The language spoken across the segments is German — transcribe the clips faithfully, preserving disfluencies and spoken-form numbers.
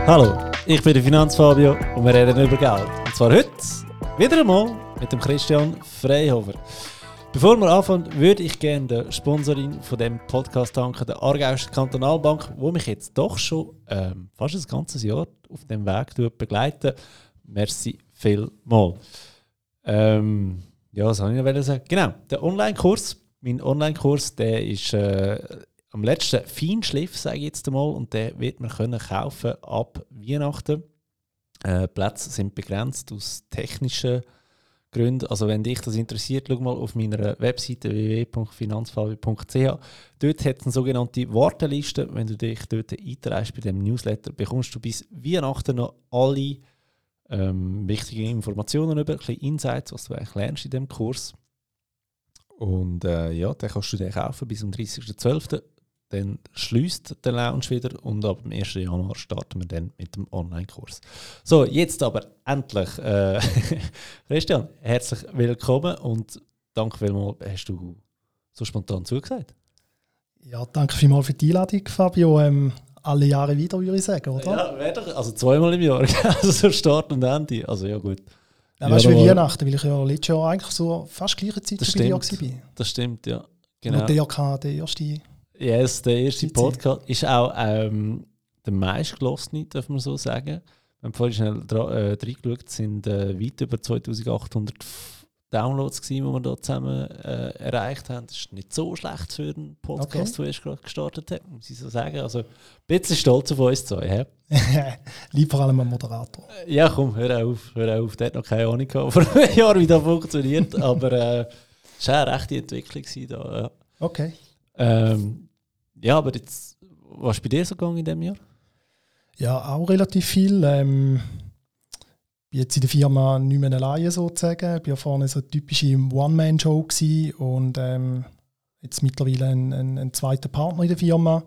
Hallo, ich bin der Finanzfabio und wir reden über Geld. Und zwar heute wieder einmal mit dem Christian Freyhofer. Bevor wir anfangen, würde ich gerne der Sponsorin von dem Podcast danken, der Aargauischen Kantonalbank, die mich jetzt doch schon ähm, fast ein ganzes Jahr auf dem Weg begleiten. Merci vielmals. Ähm, ja, was soll ich noch sagen? Genau, der Online-Kurs, mein Online-Kurs, der ist äh, am letzten Feinschliff, sage ich jetzt einmal, und den wird man können kaufen ab Weihnachten. Äh, Plätze sind begrenzt aus technischen Gründen. Also wenn dich das interessiert, schau mal auf meiner Webseite w w w punkt finanzfabio punkt c h. Dort hat es eine sogenannte Warteliste. Wenn du dich dort einträgst bei dem Newsletter, bekommst du bis Weihnachten noch alle ähm, wichtigen Informationen über, ein bisschen Insights, was du eigentlich lernst in diesem Kurs. Und äh, ja, den kannst du den kaufen bis zum dreißigsten zwölften Dann schliesst der Lounge wieder und ab dem ersten Januar starten wir dann mit dem Online-Kurs. So, jetzt aber endlich, äh, Christian, herzlich willkommen und danke vielmals, hast du so spontan zugesagt. Ja, danke vielmals für die Einladung, Fabio. Ähm, alle Jahre wieder, würde ich sagen, oder? Ja, wieder, also zweimal im Jahr, also so Start und Ende, also ja gut. Ja, weißt du, wie Weihnachten, weil ich ja letztes Jahr eigentlich so fast gleiche Zeit das bei dir stimmt, war. Das stimmt, ja. Genau. Und der kann der erste... Yes, der erste Podcast ist auch ähm, der meistgelassene, darf man so sagen. Wir haben vorhin schnell äh, reingeschaut, es sind äh, weit über zweitausendachthundert Downloads gewesen, die wir da zusammen äh, erreicht haben. Das ist nicht so schlecht für einen Podcast, okay, den ich gerade gestartet habe, muss ich so sagen. Also ein bisschen stolz auf uns zwei. Lieb vor allem ein Moderator. Ja, komm, hör auf, hör auf. Der hat noch keine Ahnung gehabt, vor einem Jahr, wie das funktioniert. Aber äh, es war eine rechte Entwicklung da. Ja. Okay. Ähm, ja, aber jetzt, was ist bei dir so gegangen in diesem Jahr? Ja, auch relativ viel. Ähm, ich bin jetzt in der Firma nicht mehr alleine sozusagen. Ich war vorne so eine typische One-Man-Show gewesen und ähm, jetzt mittlerweile ein, ein, ein zweiter Partner in der Firma,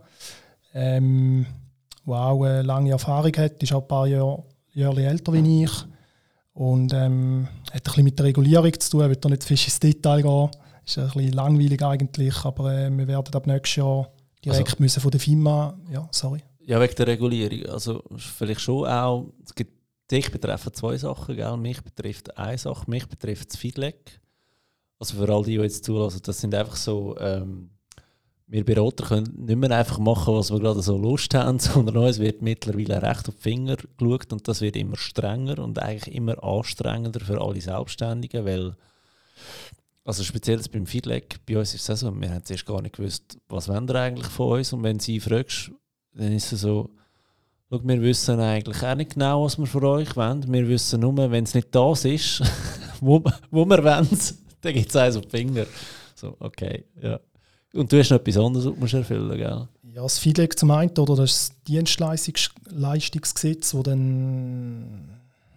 ähm, der auch eine lange Erfahrung hat, ist auch ein paar Jahre, Jahre älter wie ich und ähm, hat ein bisschen mit der Regulierung zu tun, ich will da nicht zu fest ins Detail gehen. Ist ein bisschen langweilig eigentlich, aber äh, wir werden ab nächstes Jahr direkt also, müssen von der FINMA, ja, sorry. Ja, wegen der Regulierung. Also vielleicht schon auch, es gibt, dich betreffen zwei Sachen, gell? Mich betrifft eine Sache, mich betrifft das Feedback. Also für all die, die jetzt zulassen, das sind einfach so, ähm, wir Berater können nicht mehr einfach machen, was wir gerade so Lust haben, sondern uns wird mittlerweile recht auf die Finger geschaut und das wird immer strenger und eigentlich immer anstrengender für alle Selbstständigen, weil also speziell beim Feedback, bei uns ist es so, wir haben zuerst gar nicht gewusst, was wollen ihr eigentlich von uns und wenn sie fragst, dann ist es so, schau, wir wissen eigentlich auch nicht genau, was wir von euch wollen, wir wissen nur, wenn es nicht das ist, wo, wo wir wollen, dann gibt es eins auf die Finger. So, okay, ja. Und du hast noch etwas anderes, was du musst erfüllen, gell? Ja, das Feedback zum einen, oder das Dienstleistungsgesetz, das dann...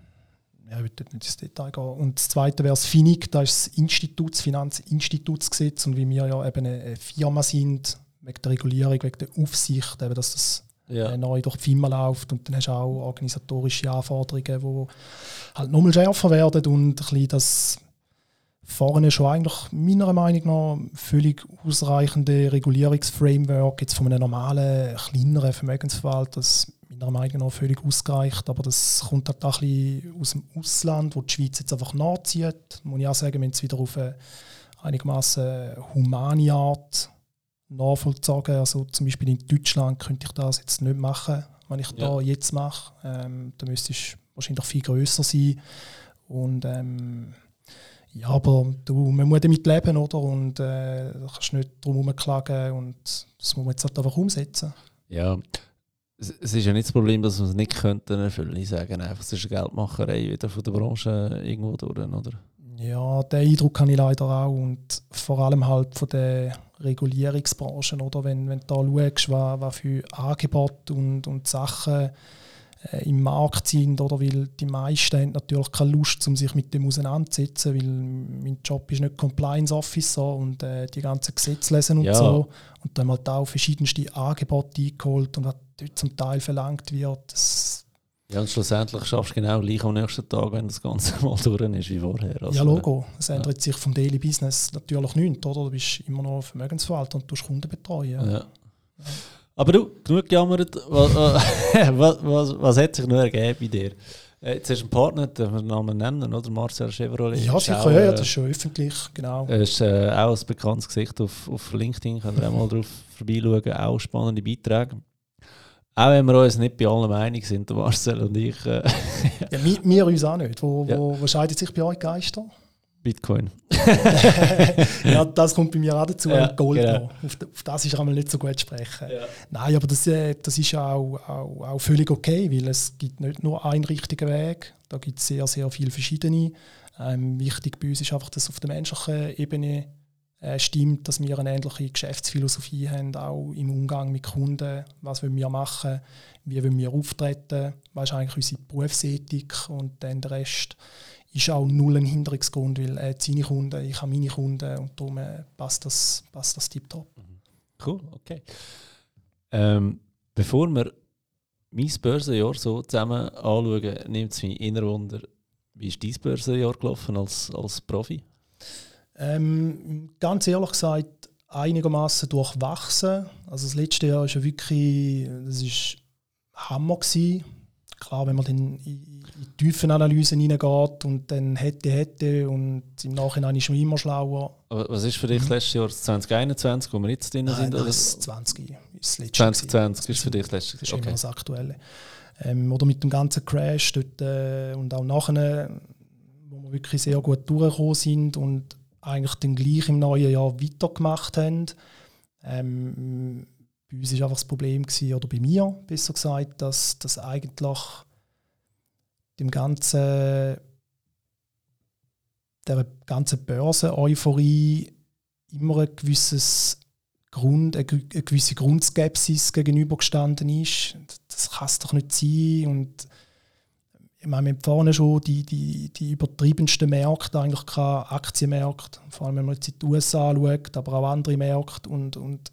Ja, ich will nicht ins Detail gehen. Und das Zweite wäre das F I N I G, das ist das Instituts, Finanzinstitutsgesetz. Und wie wir ja eben eine Firma sind, wegen der Regulierung, wegen der Aufsicht, eben, dass das ja. neu durch die FINMA läuft. Und dann hast du auch organisatorische Anforderungen, die halt nochmal schärfer werden. Und ein bisschen das vorne schon eigentlich meiner Meinung nach völlig ausreichende Regulierungsframework jetzt von einem normalen, kleineren Vermögensverwalter, das meiner Meinung nach völlig ausgereicht, aber das kommt halt auch ein bisschen aus dem Ausland, wo die Schweiz jetzt einfach nachzieht. Muss ich auch sagen, wenn es wieder auf eine einigermaßen humane Art nachvollzogen. Also zum Beispiel in Deutschland könnte ich das jetzt nicht machen, was ich ja. da jetzt mache. Ähm, da müsste es wahrscheinlich viel grösser sein. Und ähm, ja, aber du, man muss damit leben, oder? Und äh, da kannst du nicht drum herum klagen und das muss man jetzt halt einfach umsetzen. Ja. Es ist ja nicht das Problem, dass wir es nicht könnten erfüllen. Ich sage einfach, es ist eine Geldmacherei wieder von der Branche irgendwo durch, oder? Ja, den Eindruck habe ich leider auch. Und vor allem halt von der Regulierungsbranche, oder? Wenn, wenn du da schaust, was, was für Angebote und, und Sachen äh, im Markt sind, oder? Weil die meisten haben natürlich keine Lust, um sich mit dem auseinanderzusetzen, weil mein Job ist nicht Compliance Officer und äh, die ganzen Gesetze lesen und ja. so. Und dann haben halt auch verschiedenste Angebote eingeholt und was dort zum Teil verlangt wird. Das ja, und schlussendlich schaffst du genau gleich am nächsten Tag, wenn das Ganze mal durch ist wie vorher. Also, ja, Logo. Es ja. ändert sich vom Daily Business natürlich nichts, oder? Du bist immer noch Vermögensverwalter und du Kunden betreuen. Ja. Ja. Aber du, genug gejammert. Was, was, was, was hat sich noch ergeben bei dir? Jetzt hast du einen Partner, den wir den Namen nennen, oder? Marcel Chevrolet. Ja, sicher, ja, das ist schon öffentlich, genau. Er ist äh, auch ein bekanntes Gesicht auf, auf LinkedIn, könnt ihr auch mal drauf vorbeischauen, auch spannende Beiträge. Auch wenn wir uns nicht bei allen einig sind, der Marcel und ich. Äh, ja, wir, wir uns auch nicht. Wo, ja. wo, wo scheidet sich bei euch Geister? Bitcoin. Ja, das kommt bei mir auch dazu. Ja, und Gold genau. noch. Auf, auf das ist einmal nicht so gut zu sprechen. Ja. Nein, aber das, das ist auch, auch, auch völlig okay, weil es gibt nicht nur einen richtigen Weg. Da gibt es sehr, sehr viele verschiedene. Ähm, wichtig bei uns ist einfach, dass auf der menschlichen Ebene äh, stimmt, dass wir eine ähnliche Geschäftsphilosophie haben, auch im Umgang mit Kunden. Was wollen wir machen? Wie wollen wir auftreten? Was ist eigentlich unsere Berufsethik? Und dann der Rest ist auch null ein Hinderungsgrund, weil er hat seine Kunden, ich habe meine Kunden und darum äh, passt das, passt das tiptop. Cool, okay. Ähm, bevor wir mein Börsenjahr so zusammen anschauen, nimmt es mich inner Wunder, wie ist dein Börsenjahr gelaufen als, als Profi? Ähm, ganz ehrlich gesagt, einigermaßen durchwachsen. Also das letzte Jahr ist ja wirklich, das ist Hammer gewesen. Klar, wenn man dann in die tiefen Analysen hineingeht und dann hätte, hätte und im Nachhinein ist man immer schlauer. Aber was ist für dich das letzte Jahr, das zwanzig einundzwanzig, wo wir jetzt drin Nein, sind? Oder? Das zwanzig ist das letzte. zwanzig zwanzig ist für dich das letzte. Das ist Okay. immer das Aktuelle. Ähm, oder mit dem ganzen Crash dort, äh, und auch nachher, wo wir wirklich sehr gut durchgekommen sind und eigentlich dann gleich im neuen Jahr weitergemacht haben. Ähm, bei uns war einfach das Problem gewesen, oder bei mir besser gesagt, dass, dass eigentlich dem ganzen, der ganzen Börsen-Euphorie immer ein gewisses Grund, eine gewisse Grundskepsis gegenübergestanden ist. Das kann es doch nicht sein. Und ich meine, wir haben vorne schon die, die, die übertriebensten Märkte, eigentlich keine Aktienmärkte, vor allem wenn man jetzt in die U S A anschaut, aber auch andere Märkte. Und, und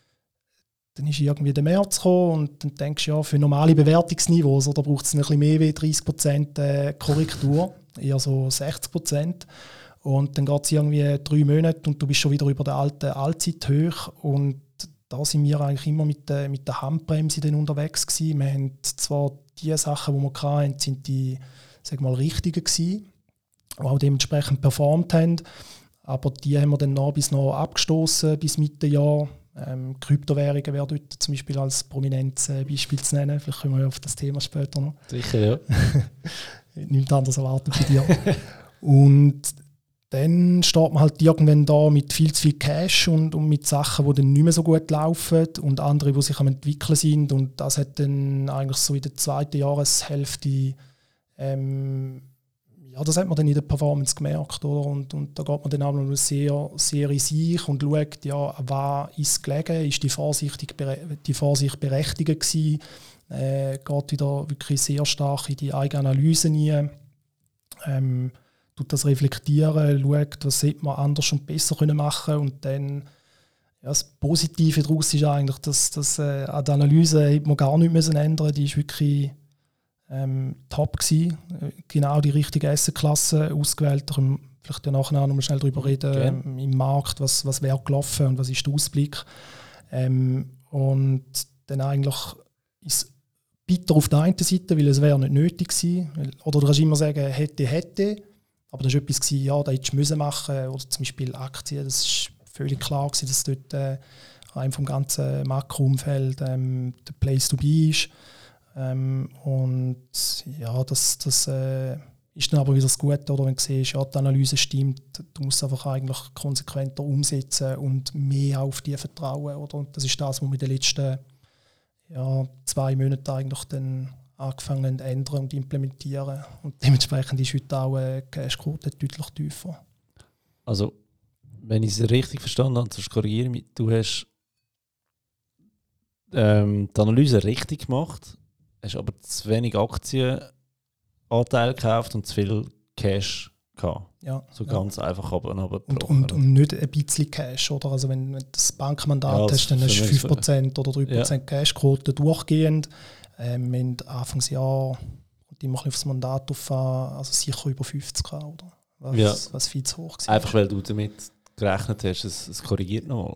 dann ist irgendwie der März gekommen und dann denkst du, ja, für normale Bewertungsniveaus oder braucht es ein bisschen mehr wie dreißig Prozent Korrektur, eher so sechzig Prozent. Und dann geht es irgendwie drei Monate und du bist schon wieder über der alten Allzeithöhe. Und da sind wir eigentlich immer mit der, mit der Handbremse dann unterwegs gewesen. Wir haben zwar die Sachen, die wir hatten, sind die, sag mal, richtigen gewesen, die auch dementsprechend performt haben. Aber die haben wir dann noch bis noch abgestoßen bis Mitte Jahr. Ähm, Kryptowährungen wäre dort zum Beispiel als prominentes äh, Beispiel zu nennen. Vielleicht kommen wir auf das Thema später noch. Sicher, ja. Nichts anderes erwartet bei dir. Und dann steht man halt irgendwann da mit viel zu viel Cash und, und mit Sachen, die dann nicht mehr so gut laufen und andere, die sich am entwickeln sind. Und das hat dann eigentlich so in der zweiten Jahreshälfte, ähm, ja, das hat man dann in der Performance gemerkt, oder? Und, und da geht man dann auch noch sehr, sehr in sich und schaut, ja, was ist gelegen, ist die Vorsicht, die Vorsicht berechtigt gewesen, äh, geht wieder wirklich sehr stark in die eigene Analyse rein. Ähm, tut das reflektieren, schaut, was sollte man anders und besser können machen und dann ja, das Positive daraus ist eigentlich, dass, dass äh, an der Analyse hätte man gar nichts müssen ändern. Die ist wirklich ähm, top gewesen. Genau die richtige Assetklasse ausgewählt. Da können wir vielleicht ja nachher noch mal schnell darüber reden, okay. ähm, im Markt, was, was wäre gelaufen und was ist der Ausblick. Ähm, und dann eigentlich ist bitter auf der einen Seite, weil es wäre nicht nötig gewesen. Oder du kannst immer sagen, hätte, hätte. Aber das war etwas, gewesen, ja, da hättest du müssen machen. Oder zum Beispiel Aktien, das ist völlig klar gewesen, dass dort äh, rein vom ganzen Makroumfeld ähm, der Place to be ist. Ähm, und ja, das, das äh, ist dann aber wieder das Gute, oder wenn du siehst, ja, die Analyse stimmt, du musst einfach eigentlich konsequenter umsetzen und mehr auf die vertrauen. Oder? Und das ist das, was wir in den letzten ja, zwei Monaten eigentlich dann angefangen haben zu ändern und implementieren. Und dementsprechend ist heute auch die Cashquote deutlich tiefer. Also, wenn ich es richtig verstanden habe, sonst korrigiere mich, du hast ähm, die Analyse richtig gemacht, hast aber zu wenig Aktienanteile gekauft und zu viel Cash gehabt. Ja, so ja. ganz einfach aber und, und, und nicht ein bisschen Cash. Oder? Also wenn du das Bankmandat ja, hast, dann hast du fünf Prozent oder drei Prozent ja. Cashquote durchgehend. Ähm, wir haben Anfangsjahr und immer aufs Mandat auf, also sicher über fünfzig gehabt, oder? Was, ja. was viel zu hoch war. Einfach weil du damit gerechnet hast, es, es korrigiert nochmal.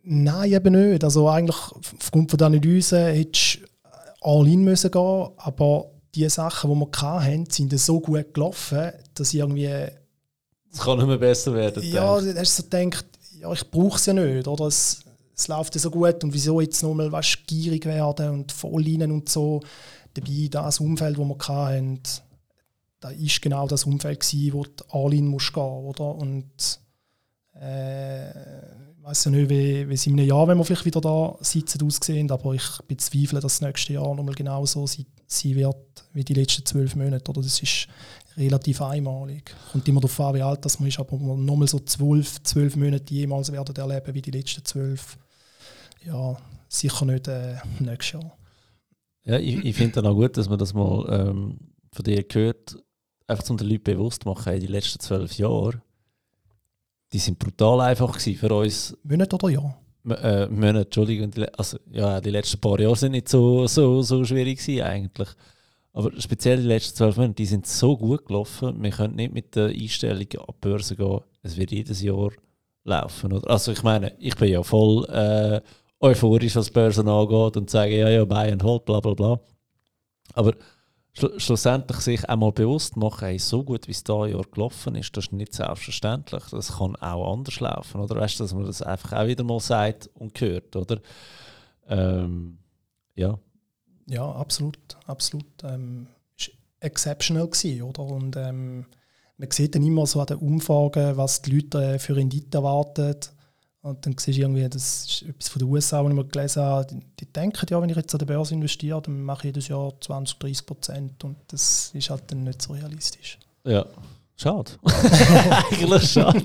Nein, eben nicht. Also eigentlich aufgrund von diesen Analysen hättest du all in müssen gehen, aber die Sachen, die wir hatten, sind so gut gelaufen, dass ich irgendwie... Es kann nicht mehr besser werden. Ja, da hast du so gedacht, ja, ich brauche es ja nicht, oder? Es, es läuft ja so gut und wieso jetzt nochmal weißt, gierig werden und voll rein und so. Dabei, das Umfeld, das wir hatten, da war genau das Umfeld gewesen, wo du all-in musst gehen, oder? Und äh, ich weiss ja nicht, wie, wie es in einem Jahr, wenn wir vielleicht wieder da sitzen, aussehen, aber ich bezweifle, dass das nächste Jahr nochmal genau so sein wird wie die letzten zwölf Monate. Oder? Das ist relativ einmalig. Kommt immer darauf an, wie alt das man ist, aber nochmal so zwölf, zwölf Monate jemals werden erleben wie die letzten zwölf. Ja, sicher nicht äh, nächstes Jahr. Ja, ich, ich finde dann auch gut, dass man das mal ähm, von dir hört, einfach um den Leuten bewusst machen, hey, die letzten zwölf Jahre, die sind brutal einfach gewesen für uns. Monate oder Jahr? M- äh, Monate, Entschuldigung. Die, also, ja, die letzten paar Jahre sind nicht so, so, so schwierig gewesen eigentlich. Aber speziell die letzten zwölf Monate, die sind so gut gelaufen, wir können nicht mit der Einstellung an die Börse gehen, es wird jedes Jahr laufen. Oder? Also ich meine, ich bin ja voll äh, euphorisch, was die Börse angeht und sage, ja, ja, buy and hold, bla bla bla. Aber Schlu- schlussendlich sich einmal bewusst machen, hey, so gut wie es dieses Jahr gelaufen ist, das ist nicht selbstverständlich. Das kann auch anders laufen, oder? Weißt du, dass man das einfach auch wieder mal sagt und hört, oder? Ähm, ja. Ja, absolut, absolut. Ähm, es war exceptional gewesen, oder? Und ähm, man sieht dann immer so an den Umfragen, was die Leute äh, für Rendite erwarten. Und dann siehst du irgendwie, das ist etwas von den U S A, was ich mal gelesen habe, die, die denken, ja, wenn ich jetzt an der Börse investiere, dann mache ich jedes Jahr zwanzig, dreißig Prozent und das ist halt dann nicht so realistisch. Ja, schade. Eigentlich schade.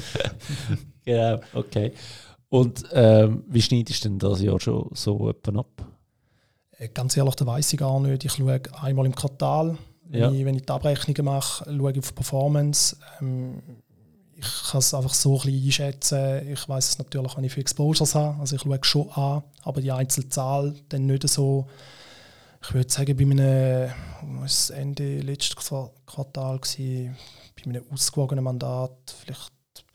Genau, okay. Und ähm, wie schneidest du denn das Jahr schon so etwa ab? Äh, Ganz ehrlich, das weiss ich gar nicht. Ich schaue einmal im Quartal, wenn, Ja. ich, wenn ich die Abrechnungen mache, schaue ich auf Performance. Ähm, ich kann es einfach so ein bisschen einschätzen. Ich weiss es natürlich, wenn ich viele Exposures habe. Also ich schaue schon an, aber die einzelne Zahl dann nicht so. Ich würde sagen, bei einem, was war Ende letztes Quartal, gewesen, bei einem ausgewogenen Mandat vielleicht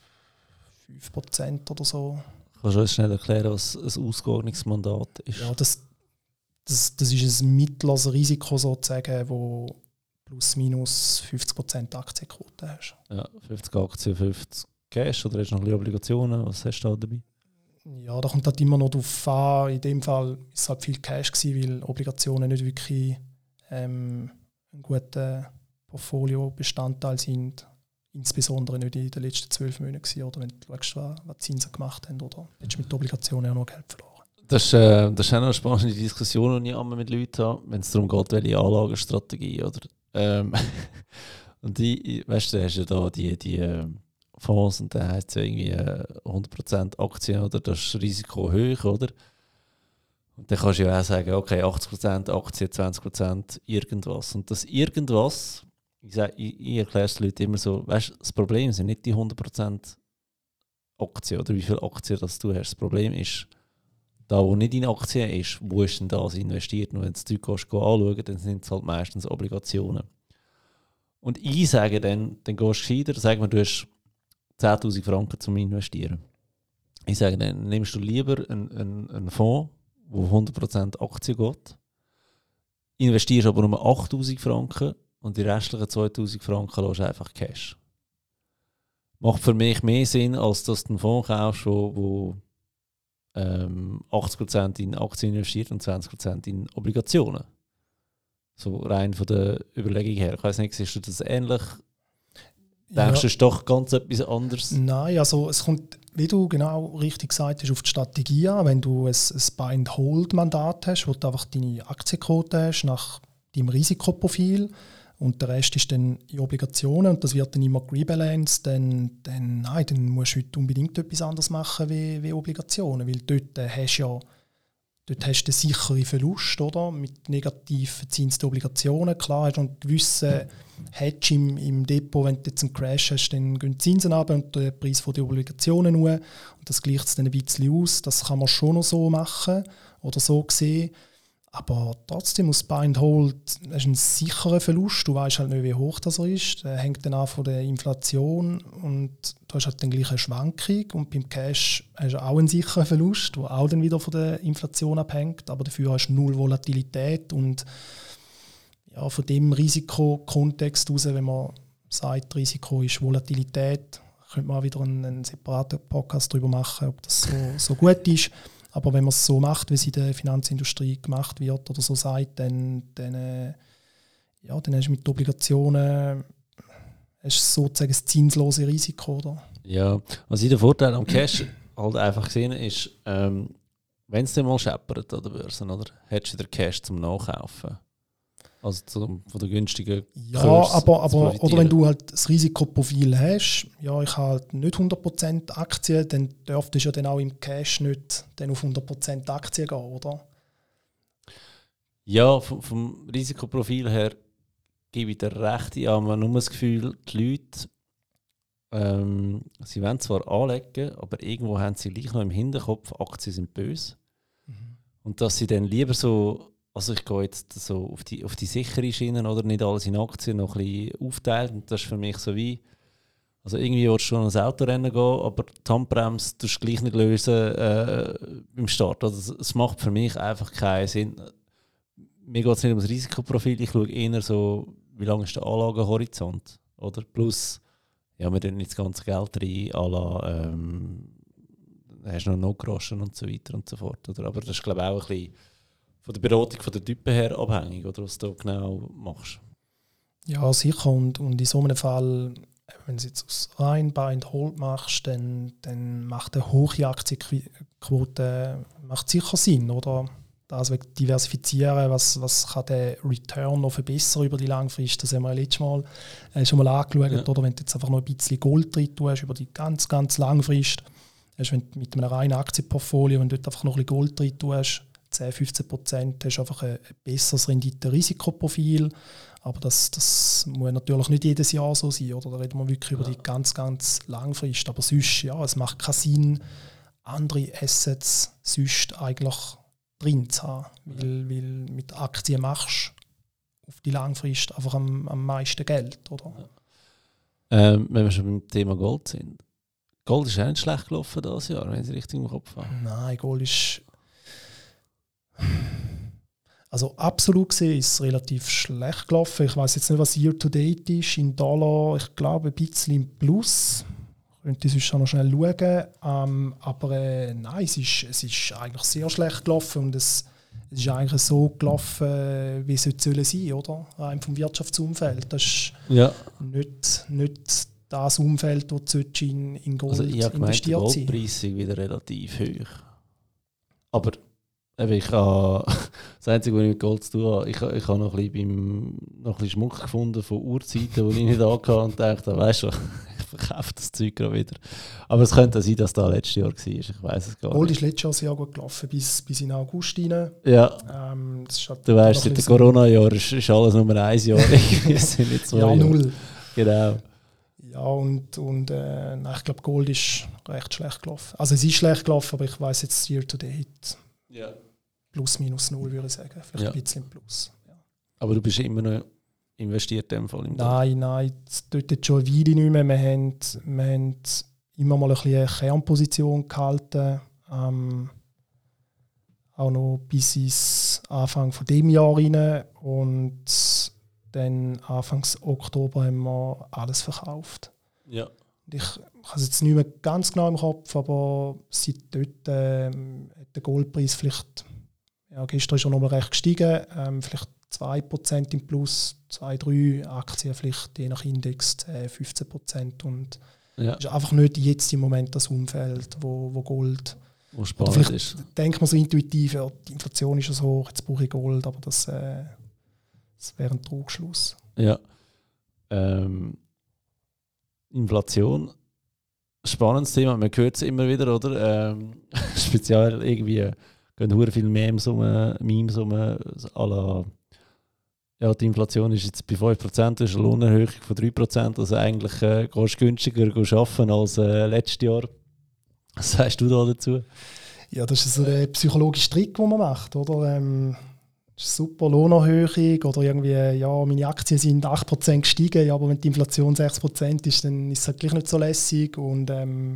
fünf Prozent oder so. Kannst du uns schnell erklären, was ein ausgewogenes Mandat ist? Ja, das, das, das ist ein mittleres Risiko sozusagen, wo plus minus fünfzig Prozent Aktienquote hast. Ja, fünfzig Aktien, fünfzig Cash oder hast du noch ein bisschen Obligationen? Was hast du da dabei? Ja, da kommt halt immer noch drauf an. In dem Fall war es halt viel Cash gewesen, weil Obligationen nicht wirklich ähm, ein guter Portfolio-Bestandteil sind. Insbesondere nicht in den letzten zwölf Monaten gewesen, oder wenn du schaust, was, was die Zinsen gemacht haben, oder hättest du mit Obligationen auch noch Geld verloren. Das ist, äh, das ist auch noch eine spannende Diskussion, die ich immer mit Leuten habe, wenn es darum geht, welche Anlagestrategie. Oder, ähm, und die, weißt du, du hast ja da die, die äh, Fonds und dann heisst es ja irgendwie äh, hundert Prozent Aktien, oder? Das ist das Risiko hoch, oder? Und dann kannst du ja auch sagen, okay, achtzig Prozent Aktien, zwanzig Prozent irgendwas. Und das irgendwas, ich, sag, ich, ich erkläre es den Leuten immer so, weißt du, das Problem sind nicht die hundert Prozent Aktien oder wie viele Aktien das du hast. Das Problem ist, da wo nicht in Aktien ist, wo ist denn das investiert? Und wenn du die Leute anschauen, dann sind es halt meistens Obligationen. Und ich sage dann, dann gehst du gescheiter, sag mal, du hast zehntausend Franken zum Investieren. Ich sage dann, nimmst du lieber einen, einen, einen Fonds, wo hundert Prozent Aktien geht, investierst aber nur achttausend Franken und die restlichen zweitausend Franken lässt einfach Cash. Macht für mich mehr Sinn, als dass du einen Fonds kaufst, wo, wo ähm, achtzig Prozent in Aktien investiert und zwanzig Prozent in Obligationen. So rein von der Überlegung her. Ich weiss nicht, siehst du das ähnlich? Denkst du, es ist doch ganz etwas anderes? Nein, also es kommt, wie du genau richtig gesagt hast, auf die Strategie an. Wenn du ein, ein Buy-and-Hold-Mandat hast, wo du einfach deine Aktienquote hast nach deinem Risikoprofil und der Rest ist dann in Obligationen und das wird dann immer rebalanced, dann, dann, nein, dann musst du heute unbedingt etwas anderes machen wie, wie Obligationen, weil dort äh, hast du ja dort hast du einen sicheren Verlust, oder? Mit negativ verzinsten Obligationen. Klar hast du einen gewissen Hedge im, im Depot, wenn du jetzt einen Crash hast, dann gehen die Zinsen runter und der Preis von den Obligationen hoch. Und das gleicht es dann ein bisschen aus. Das kann man schon noch so machen oder so sehen. Aber trotzdem aus Buy and Hold ist ein sicherer Verlust. Du weißt halt nicht, wie hoch das ist. Der hängt dann an von der Inflation und du hast halt dann gleich eine Schwankung. Und beim Cash hast du auch einen sicheren Verlust, der auch dann wieder von der Inflation abhängt. Aber dafür hast du null Volatilität. Und ja, von dem Risikokontext heraus, wenn man sagt, Risiko ist Volatilität, könnte man auch wieder einen, einen separaten Podcast darüber machen, ob das so, so gut ist. Aber wenn man es so macht, wie es in der Finanzindustrie gemacht wird oder so sagt, dann, dann, äh, ja, dann hast du mit Obligationen hast du sozusagen das zinslose Risiko. Oder? Ja, was ich den Vorteil am Cash halt einfach gesehen ist, ähm, wenn es dann mal scheppert an der Börse, oder, hättest du den Cash zum Nachkaufen. Also zum, von der günstigen Ja, Kurs aber, aber oder wenn du halt das Risikoprofil hast, ja, ich habe halt nicht hundert Prozent Aktien, dann dürftest du ja dann auch im Cash nicht dann auf hundert Prozent Aktien gehen, oder? Ja, vom, vom Risikoprofil her gebe ich dir recht. Ich habe nur das Gefühl, die Leute, ähm, sie wollen zwar anlegen, aber irgendwo haben sie gleich noch im Hinterkopf, Aktien sind böse. Mhm. Und dass sie dann lieber so, also ich gehe jetzt so auf die, auf die sichere Schiene oder nicht alles in Aktien noch ein bisschen aufteilen. Und das ist für mich so wie, also irgendwie willst du schon ans Autorennen gehen, aber die Handbremse tust du gleich nicht lösen äh, beim Start. Also es macht für mich einfach keinen Sinn. Mir geht es nicht um das Risikoprofil, ich schaue eher so, wie lang ist der Anlagehorizont, oder? Plus, ja, wir tun nicht das ganze Geld rein, à la, ähm, hast noch Notgroschen und so weiter und so fort, oder? Aber das ist, glaube ich, auch ein bisschen von der Beratung von der Typen her abhängig, oder was du genau machst. Ja, sicher. Und, und in so einem Fall, wenn du jetzt aus rein Buy and Hold machst, dann, dann macht eine hohe Aktienquote macht sicher Sinn, oder? Das diversifizieren, was, was kann der Return noch verbessern über die Langfrist, das haben wir letztes Mal äh, schon mal angeschaut. Ja. Oder wenn du jetzt einfach noch ein bisschen Gold drin tust über die ganz, ganz Langfrist, hast, wenn du mit einem reinen Aktienportfolio, wenn du dort einfach noch ein bisschen Gold drin tust, zehn bis fünfzehn Prozent, hast du einfach ein, ein besseres Rendite-Risikoprofil. Aber das, das muss natürlich nicht jedes Jahr so sein, oder? Da reden wir wirklich ja. über die ganz, ganz Langfrist. Aber sonst, ja, es macht keinen Sinn, andere Assets sonst eigentlich drin zu haben, weil, weil mit Aktien machst du auf die Langfrist einfach am, am meisten Geld, oder? Ja. Ähm, wenn wir schon beim Thema Gold sind. Gold ist auch nicht schlecht gelaufen dieses Jahr, wenn ich es richtig im Kopf habe. Nein, Gold ist... Also absolut gesehen ist es relativ schlecht gelaufen. Ich weiß jetzt nicht, was Year to Date ist in Dollar. Ich glaube ein bisschen im Plus. Könnte ich sonst noch schnell schauen. Ähm, aber äh, nein, es ist, es ist eigentlich sehr schlecht gelaufen und es, es ist eigentlich so gelaufen, wie es sollte sein, oder? Rein vom Wirtschaftsumfeld. Das ist ja. nicht, nicht das Umfeld, wo du in, in Gold also ich investiert sein. Der Goldpreis ist wieder relativ hoch. Aber ich habe, das Einzige, was ich mit Gold zu tun habe, ich, ich habe noch ein, bisschen beim, noch ein bisschen Schmuck gefunden von Urzeiten, die ich nicht hatte und dachte, weißt du, ich verkaufe das Zeug gerade wieder. Aber es könnte sein, dass das letztes Jahr war, ich weiß es gar nicht. Gold ist letztes Jahr sehr gut gelaufen, bis, bis in August rein. Ja, ähm, das ist halt du weißt, seit dem Corona-Jahr ist, ist alles Nummer eins Jahr, es sind nicht zwei ja, Jahre. null. Genau. Ja, und, und äh, nein, ich glaube, Gold ist recht schlecht gelaufen. Also es ist schlecht gelaufen, aber ich weiss jetzt Year to Date. Ja. Plus, minus null, würde ich sagen. Vielleicht ja. ein bisschen plus. Ja. Aber du bist immer noch investiert in dem Fall? Im nein, nein, das tut jetzt schon eine Weile nicht mehr. Wir haben, wir haben immer mal ein bisschen eine Kernposition gehalten. Ähm, auch noch bis ins Anfang von dem Jahr rein. Und dann Anfang Oktober haben wir alles verkauft. Ja. Und ich Ich habe es jetzt nicht mehr ganz genau im Kopf, aber seit dort äh, hat der Goldpreis vielleicht, ja, gestern ist er nochmal recht gestiegen, ähm, vielleicht zwei Prozent im Plus, zwei, drei Aktien vielleicht je nach Index zehn, fünfzehn Prozent. Und ja. ist einfach nicht jetzt im Moment das Umfeld, wo, wo Gold... Wo spannend ist. Denkt man so intuitiv, ja, die Inflation ist ja so hoch, jetzt brauche ich Gold, aber das, äh, das wäre ein Trugschluss. Ja. Ähm, Inflation. Spannendes Thema, man hört es immer wieder, oder? Ähm, speziell irgendwie gehen sehr viele Memes um, Memes um à la, ja, die Inflation ist jetzt bei fünf Prozent, das ist eine Lohnerhöhung von drei Prozent, also eigentlich äh, gehst du günstiger arbeiten als äh, letztes Jahr. Was sagst du da dazu? Ja, das ist so ein psychologischer Trick, den man macht, oder? Ähm, super Lohnerhöhung oder irgendwie, ja, meine Aktien sind acht Prozent gestiegen, ja, aber wenn die Inflation sechs Prozent ist, dann ist es halt gleich nicht so lässig und ähm,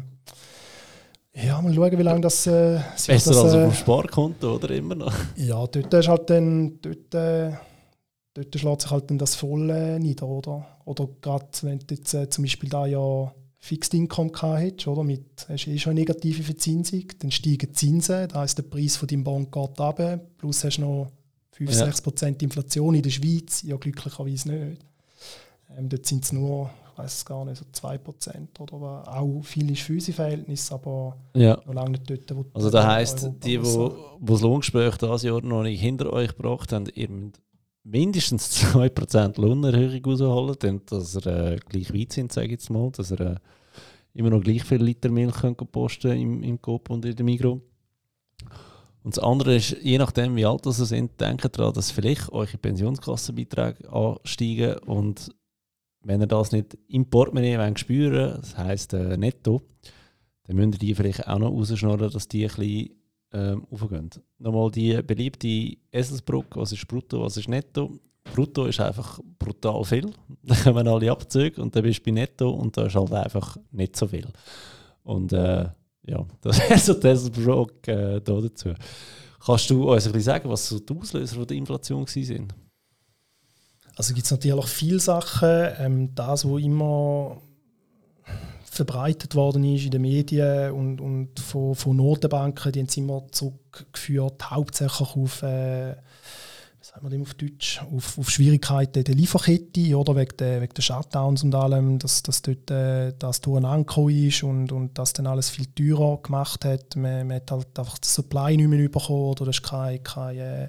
ja, mal schauen, wie lange das äh, sich Besser das, als äh, auf dem Sparkonto, oder immer noch? Ja, dort ist halt dann, dort, äh, dort schlägt sich halt dann das voll äh, nieder, oder? Oder gerade, wenn du jetzt äh, zum Beispiel da ja Fixed Income gehabt hättest, oder? Mit, hast du eh schon eine negative Verzinsung, dann steigen die Zinsen, da heisst der Preis von deinem Bond geht runter, plus hast du noch fünf bis sechs Prozent Inflation in der Schweiz, ja glücklicherweise nicht. Ähm, dort sind es nur, ich weiß es gar nicht, so zwei Prozent oder was. Auch viel ist für unsere Verhältnisse, aber ja. noch lange nicht dort, wo also das heisst, Europa die, die das Lohngespräch dieses Jahr noch nicht hinter euch gebracht haben, ihr müsst mindestens zwei Prozent Lohnerhöhung rausholen, denn dass ihr äh, gleich weit sind, sage ich jetzt mal, dass ihr äh, immer noch gleich viele Liter Milch könnt posten im, im Coop und in der Migros. Und das andere ist, je nachdem wie alt ihr seid, denkt daran, dass vielleicht eure Pensionskassenbeiträge ansteigen und wenn ihr das nicht im Portemonnaie spüren wollt, das heisst äh, netto, dann müsst ihr die vielleicht auch noch rausschnorren, dass die ein bisschen ähm, aufgehen. Nochmal die beliebte Eselsbrücke, was ist brutto, was ist netto. Brutto ist einfach brutal viel, da kommen alle Abzüge und dann bist du bei netto und da ist halt einfach nicht so viel. Und äh, ja, das wäre so die Eselsbrücke äh, da dazu. Kannst du uns ein bisschen sagen, was so die Auslöser der Inflation waren? Also gibt es natürlich viele Sachen. Ähm, das, was immer verbreitet worden ist in den Medien und, und von, von Notenbanken, die haben es immer zurückgeführt, hauptsächlich auf, äh, was sagen wir dem auf Deutsch, auf, auf Schwierigkeiten der Lieferkette, oder wegen der, wegen der Shutdowns und allem, dass, dass dort äh, das durcheinander ist und, und das dann alles viel teurer gemacht hat. Man, man hat halt einfach das Supply nicht mehr bekommen, oder das ist kein, kein äh,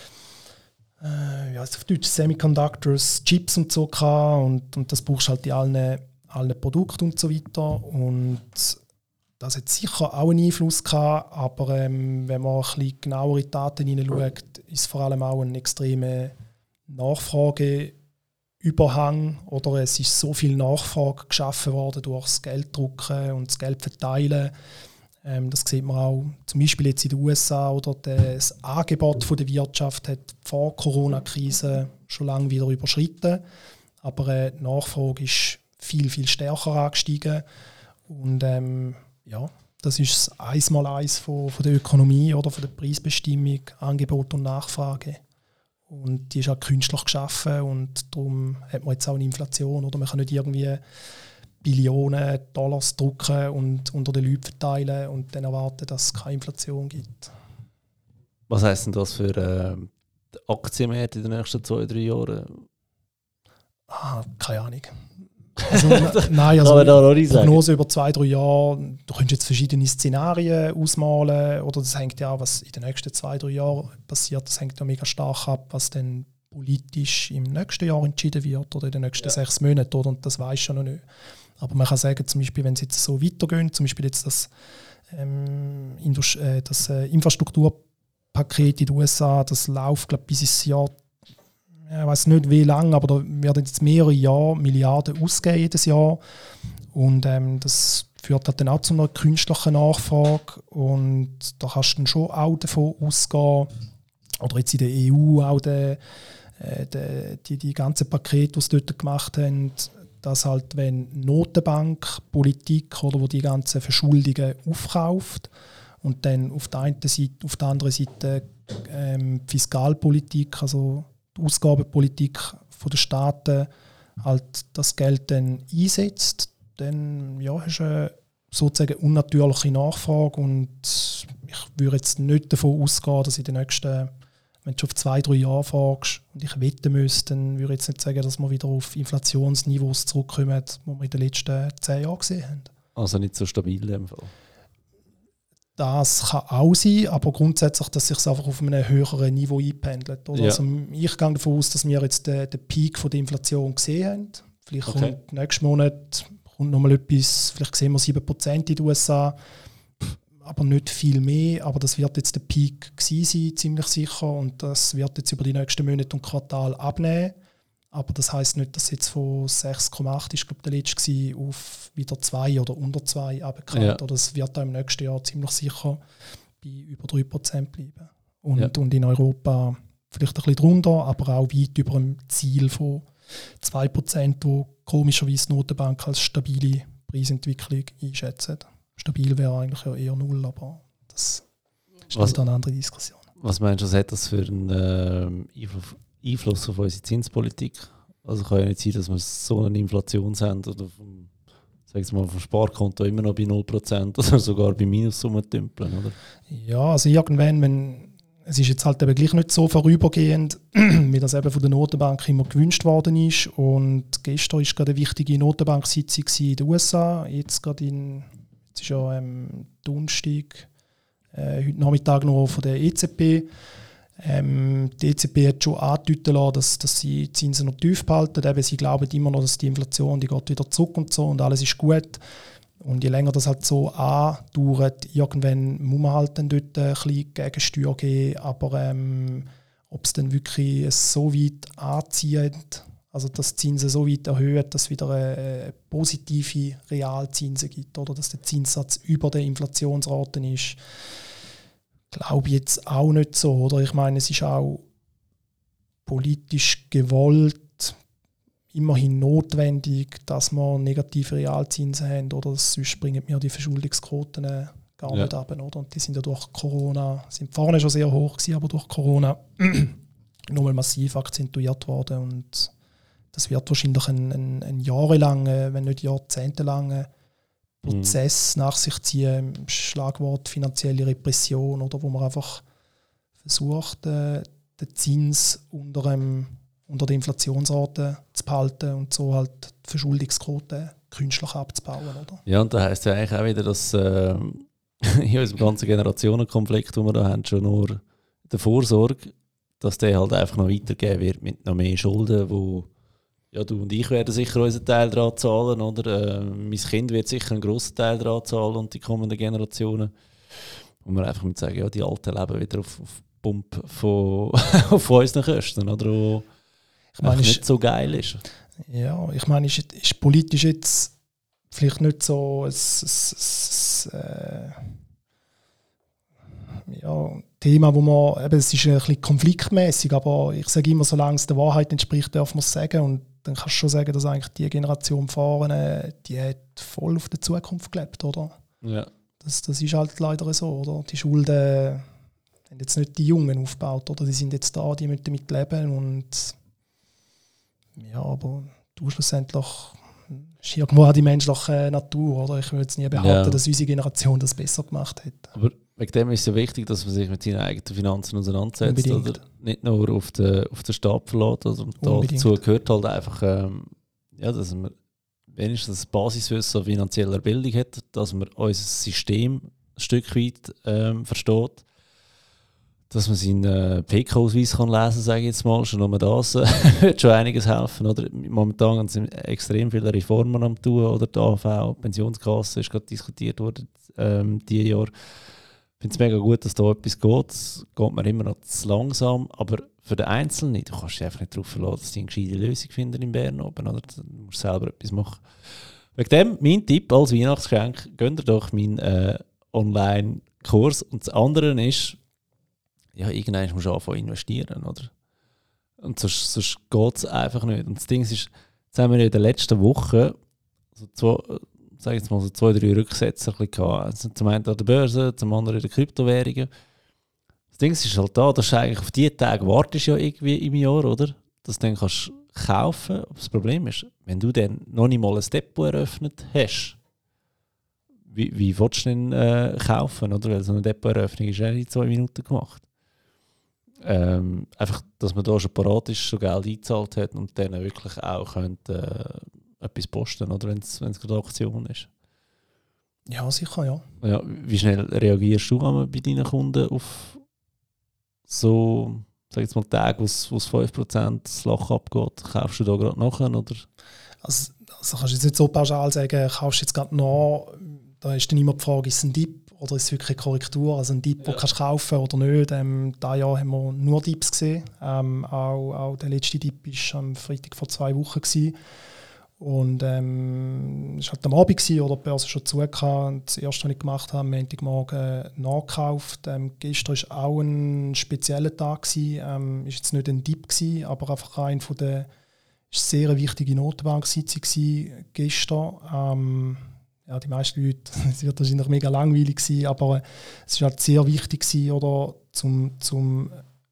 Äh, ja, auf Deutsch Semiconductors, Chips und so gehabt, und, und das brauchst du halt in allen, allen Produkten und so weiter. Und das hat sicher auch einen Einfluss gehabt, aber ähm, wenn man ein bisschen genauer in die Daten hineinschaut, ist vor allem auch ein extremer Nachfrageüberhang, oder es ist so viel Nachfrage geschaffen worden durch das Gelddrucken und das Geldverteilen. Ähm, das sieht man auch zum Beispiel jetzt in den U S A, oder das Angebot von der Wirtschaft hat vor der Corona-Krise schon lange wieder überschritten, aber äh, die Nachfrage ist viel, viel stärker angestiegen und ähm, ja, das ist das Eins-mal-Eins von, von der Ökonomie oder von der Preisbestimmung, Angebot und Nachfrage. Und die ist auch künstlich geschaffen und darum hat man jetzt auch eine Inflation, oder man kann nicht irgendwie Billionen Dollars drucken und unter den Leuten verteilen und dann erwarten, dass es keine Inflation gibt. Was heisst denn das für äh, die Aktienmärkte in den nächsten zwei, drei Jahren? Ah, keine Ahnung. Also, nein, also Prognose über zwei, drei Jahre, du könntest jetzt verschiedene Szenarien ausmalen, oder das hängt ja auch, was in den nächsten zwei, drei Jahren passiert, das hängt ja mega stark ab, was dann politisch im nächsten Jahr entschieden wird oder in den nächsten ja. sechs Monaten, oder? Und das weiß ich noch nicht. Aber man kann sagen, zum Beispiel, wenn es jetzt so weitergeht, zum Beispiel jetzt das, ähm, Indus- äh, das äh, Infrastrukturpaket in den U S A, das läuft, glaube ich, bis ins Jahr, ich weiß nicht wie lange, aber da werden jetzt mehrere Jahre Milliarden ausgeben jedes Jahr. Und ähm, das führt halt dann auch zu einer künstlichen Nachfrage. Und da kannst du dann schon auch davon ausgehen, oder jetzt in der E U auch de, äh, de, die, die ganzen Pakete, die sie dort gemacht haben, dass halt, wenn Notenbankpolitik, oder wo die ganzen Verschuldungen aufkauft und dann auf der einen Seite, auf der anderen Seite ähm, Fiskalpolitik, also die Ausgabenpolitik der Staaten, halt das Geld dann einsetzt, dann ja, hast du eine sozusagen unnatürliche Nachfrage, und ich würde jetzt nicht davon ausgehen, dass in den nächsten, wenn du schon auf zwei, drei Jahre fragst und ich wetten müsste, dann würde ich jetzt nicht sagen, dass wir wieder auf Inflationsniveaus zurückkommen, die wir in den letzten zehn Jahren gesehen haben. Also nicht so stabil im Fall? Das kann auch sein, aber grundsätzlich, dass sich es einfach auf einem höheren Niveau einpendelt. Oder? Ja. Also ich gehe davon aus, dass wir jetzt den, den Peak von der Inflation gesehen haben. Vielleicht okay. kommt nächsten Monat kommt noch mal etwas, vielleicht sehen wir sieben Prozent in den U S A, aber nicht viel mehr. Aber das wird jetzt der Peak gewesen sein, ziemlich sicher. Und das wird jetzt über die nächsten Monate und Quartale abnehmen. Aber das heisst nicht, dass jetzt von sechs Komma acht ist, glaube ich, der letzte war, auf wieder zwei oder unter zwei runtergekommen. Ja. Oder es wird auch im nächsten Jahr ziemlich sicher bei über drei Prozent bleiben. Und, ja. und in Europa vielleicht ein bisschen drunter, aber auch weit über dem Ziel von zwei Prozent, wo komischerweise die Notenbank als stabile Preisentwicklung einschätzt. Stabil wäre eigentlich ja eher null, aber das ist was, eine andere Diskussion. Was meinst du, was hat das für einen äh, Einfluss auf unsere Zinspolitik? Also kann ja nicht sein, dass wir so eine Inflation haben oder vom, sag ich mal, vom Sparkonto immer noch bei null Prozent oder sogar bei Minussummen tümpeln, oder? Ja, also irgendwann, wenn es ist jetzt halt eben gleich nicht so vorübergehend, wie das eben von der Notenbank immer gewünscht worden ist. Und gestern war gerade eine wichtige Notenbank-Sitzung in den U S A. Jetzt gerade in, jetzt ist ja ähm, Donnerstag, äh, heute Nachmittag noch von der E Z B. Ähm, die E Z B hat schon andeuten lassen, dass, dass sie die Zinsen noch tief behalten. Eben, sie glauben immer noch, dass die Inflation die geht wieder zurück und so und alles ist gut. Und je länger das halt so andauert, irgendwann muss man halt dann dort ein bisschen Gegensteuer geben. Aber ähm, ob es dann wirklich so weit anzieht, also dass die Zinsen so weit erhöhen, dass es wieder eine positive Realzinsen gibt oder dass der Zinssatz über der Inflationsrate ist, glaube ich jetzt auch nicht so. Oder? Ich meine, es ist auch politisch gewollt, immerhin notwendig, dass wir negative Realzinsen haben, oder sonst bringen wir die Verschuldungsquoten gar ja. nicht ab. Oder? Und die sind ja durch Corona, sind vorne schon sehr hoch gewesen, aber durch Corona nochmal massiv akzentuiert worden. Und das wird wahrscheinlich ein, ein, ein jahrelanger, wenn nicht jahrzehntelanger Prozess mhm. nach sich ziehen, im Schlagwort finanzielle Repression, oder wo man einfach versucht, den Zins unter einem unter der Inflationsrate zu behalten und so halt die Verschuldungsquote künstlich abzubauen. Oder? Ja, und da heisst ja eigentlich auch wieder, dass äh, in unserem ganzen Generationenkonflikt, den wir da haben, schon nur der Vorsorge, dass der halt einfach noch weitergehen wird mit noch mehr Schulden, wo ja, du und ich werden sicher unseren Teil daran zahlen, oder? Äh, mein Kind wird sicher einen grossen Teil daran zahlen und die kommenden Generationen. Und wir einfach mit sagen, ja, die Alten leben wieder auf, auf Pump von, von unseren Kosten, oder? Wo ich meine, nicht so geil ist. Ja, ich meine, ist, ist politisch jetzt vielleicht nicht so ein, ein, ein, ein ja, Thema, wo man, eben, es ist ein bisschen konfliktmäßig, aber ich sage immer, solange es der Wahrheit entspricht, darf man es sagen. Und dann kannst du schon sagen, dass eigentlich die Generation vorne, die hat voll auf der Zukunft gelebt, oder? Ja. Das, das ist halt leider so, oder? Die Schulden haben jetzt nicht die Jungen aufgebaut, oder? Die sind jetzt da, die müssen damit leben und ja, aber du schlussendlich ist irgendwo auch die menschliche Natur, oder? Ich würde jetzt nie behaupten, ja. dass unsere Generation das besser gemacht hat. Aber wegen dem ist es ja wichtig, dass man sich mit seinen eigenen Finanzen auseinandersetzt. Oder? Nicht nur auf den, auf den Stab verlässt. Also dazu gehört halt einfach, ähm, ja, dass man wenigstens ein Basiswissen an finanzieller Bildung hat, dass man unser System ein Stück weit ähm, versteht. Dass man seinen äh, P K-Ausweis kann lesen, sage ich jetzt mal, schon nur das äh, wird schon einiges helfen. Oder? Momentan sind extrem viele Reformen am tun, oder die A V, die Pensionskasse ist gerade diskutiert worden ähm, dieses Jahr. Ich finde es mega gut, dass da etwas geht. Es geht mir immer noch zu langsam, aber für den Einzelnen, du kannst dich einfach nicht darauf verlassen, dass sie eine gescheite Lösung finden in Bern oben, oder? Du musst selber etwas machen. Wegen dem, mein Tipp als Weihnachtsgeschenk, gönnt ihr doch meinen äh, Online-Kurs. Und das andere ist, ja, irgendwann musst du anfangen zu investieren, oder? Und sonst, sonst geht es einfach nicht. Und das Ding ist, jetzt haben wir in den letzten Wochen so zwei, sag ich jetzt mal, so zwei, drei Rücksätze ein bisschen gehabt. Also zum einen an der Börse, zum anderen in den Kryptowährungen. Das Ding ist halt da, dass du eigentlich auf diese Tage wartest ja irgendwie im Jahr, oder? Dass du dann kannst kaufen. Aber das Problem ist, wenn du dann noch nicht mal ein Depot eröffnet hast, wie, wie willst du denn äh, kaufen, oder? Weil so eine Depot-Eröffnung ist ja in zwei Minuten gemacht. Ähm, einfach, dass man da schon parat ist, schon Geld eingezahlt hat und dann wirklich auch könnt, äh, etwas posten, oder wenn es gerade Aktion ist. Ja, sicher, ja. ja. Wie schnell reagierst du bei deinen Kunden auf so, sag jetzt mal, Tage, wo es fünf Prozent das Loch abgeht? Kaufst du da gerade nachher, oder? Also, also kannst du jetzt nicht so pauschal sagen, kaufst du jetzt gerade nach, da ist dann immer die Frage, ist es ein Dip oder ist es wirklich eine Korrektur? Also ein Dip, ja. den kannst du kaufen oder nicht. Ähm, dieses Jahr haben wir nur Dips gesehen. Ähm, auch, auch der letzte Dip war am Freitag vor zwei Wochen gewesen. Und ähm, es war halt am Abend gewesen, oder die Börse schon zu. Und das erste, was ich gemacht habe, am Montagmorgen nachgekauft. Ähm, gestern war auch ein spezieller Tag. Gewesen. Ähm, war jetzt nicht ein Dip, gewesen, aber einfach ein von der es war eine sehr wichtige Notenbank-Sitzung gestern. Ähm, ja, die meisten Leute, es wird wahrscheinlich mega langweilig sein, aber es war halt sehr wichtig gewesen, oder, zum, zum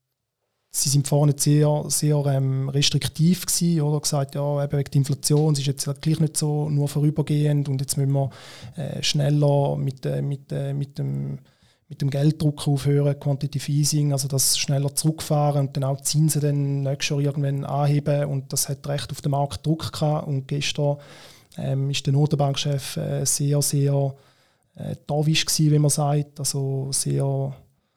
sie sind vorne sehr, sehr ähm, restriktiv gewesen, oder gesagt, ja, eben wegen der Inflation, es ist jetzt halt gleich nicht so nur vorübergehend und jetzt müssen wir äh, schneller mit, äh, mit, äh, mit dem mit dem Gelddruck aufhören, Quantitative Easing, also das schneller zurückfahren und dann auch die Zinsen dann nächstes Jahr irgendwann anheben und das hat recht auf den Markt Druck gehabt und gestern ähm, ist der Notenbankchef äh, sehr, sehr äh, dovish gewesen, wie man sagt, also sehr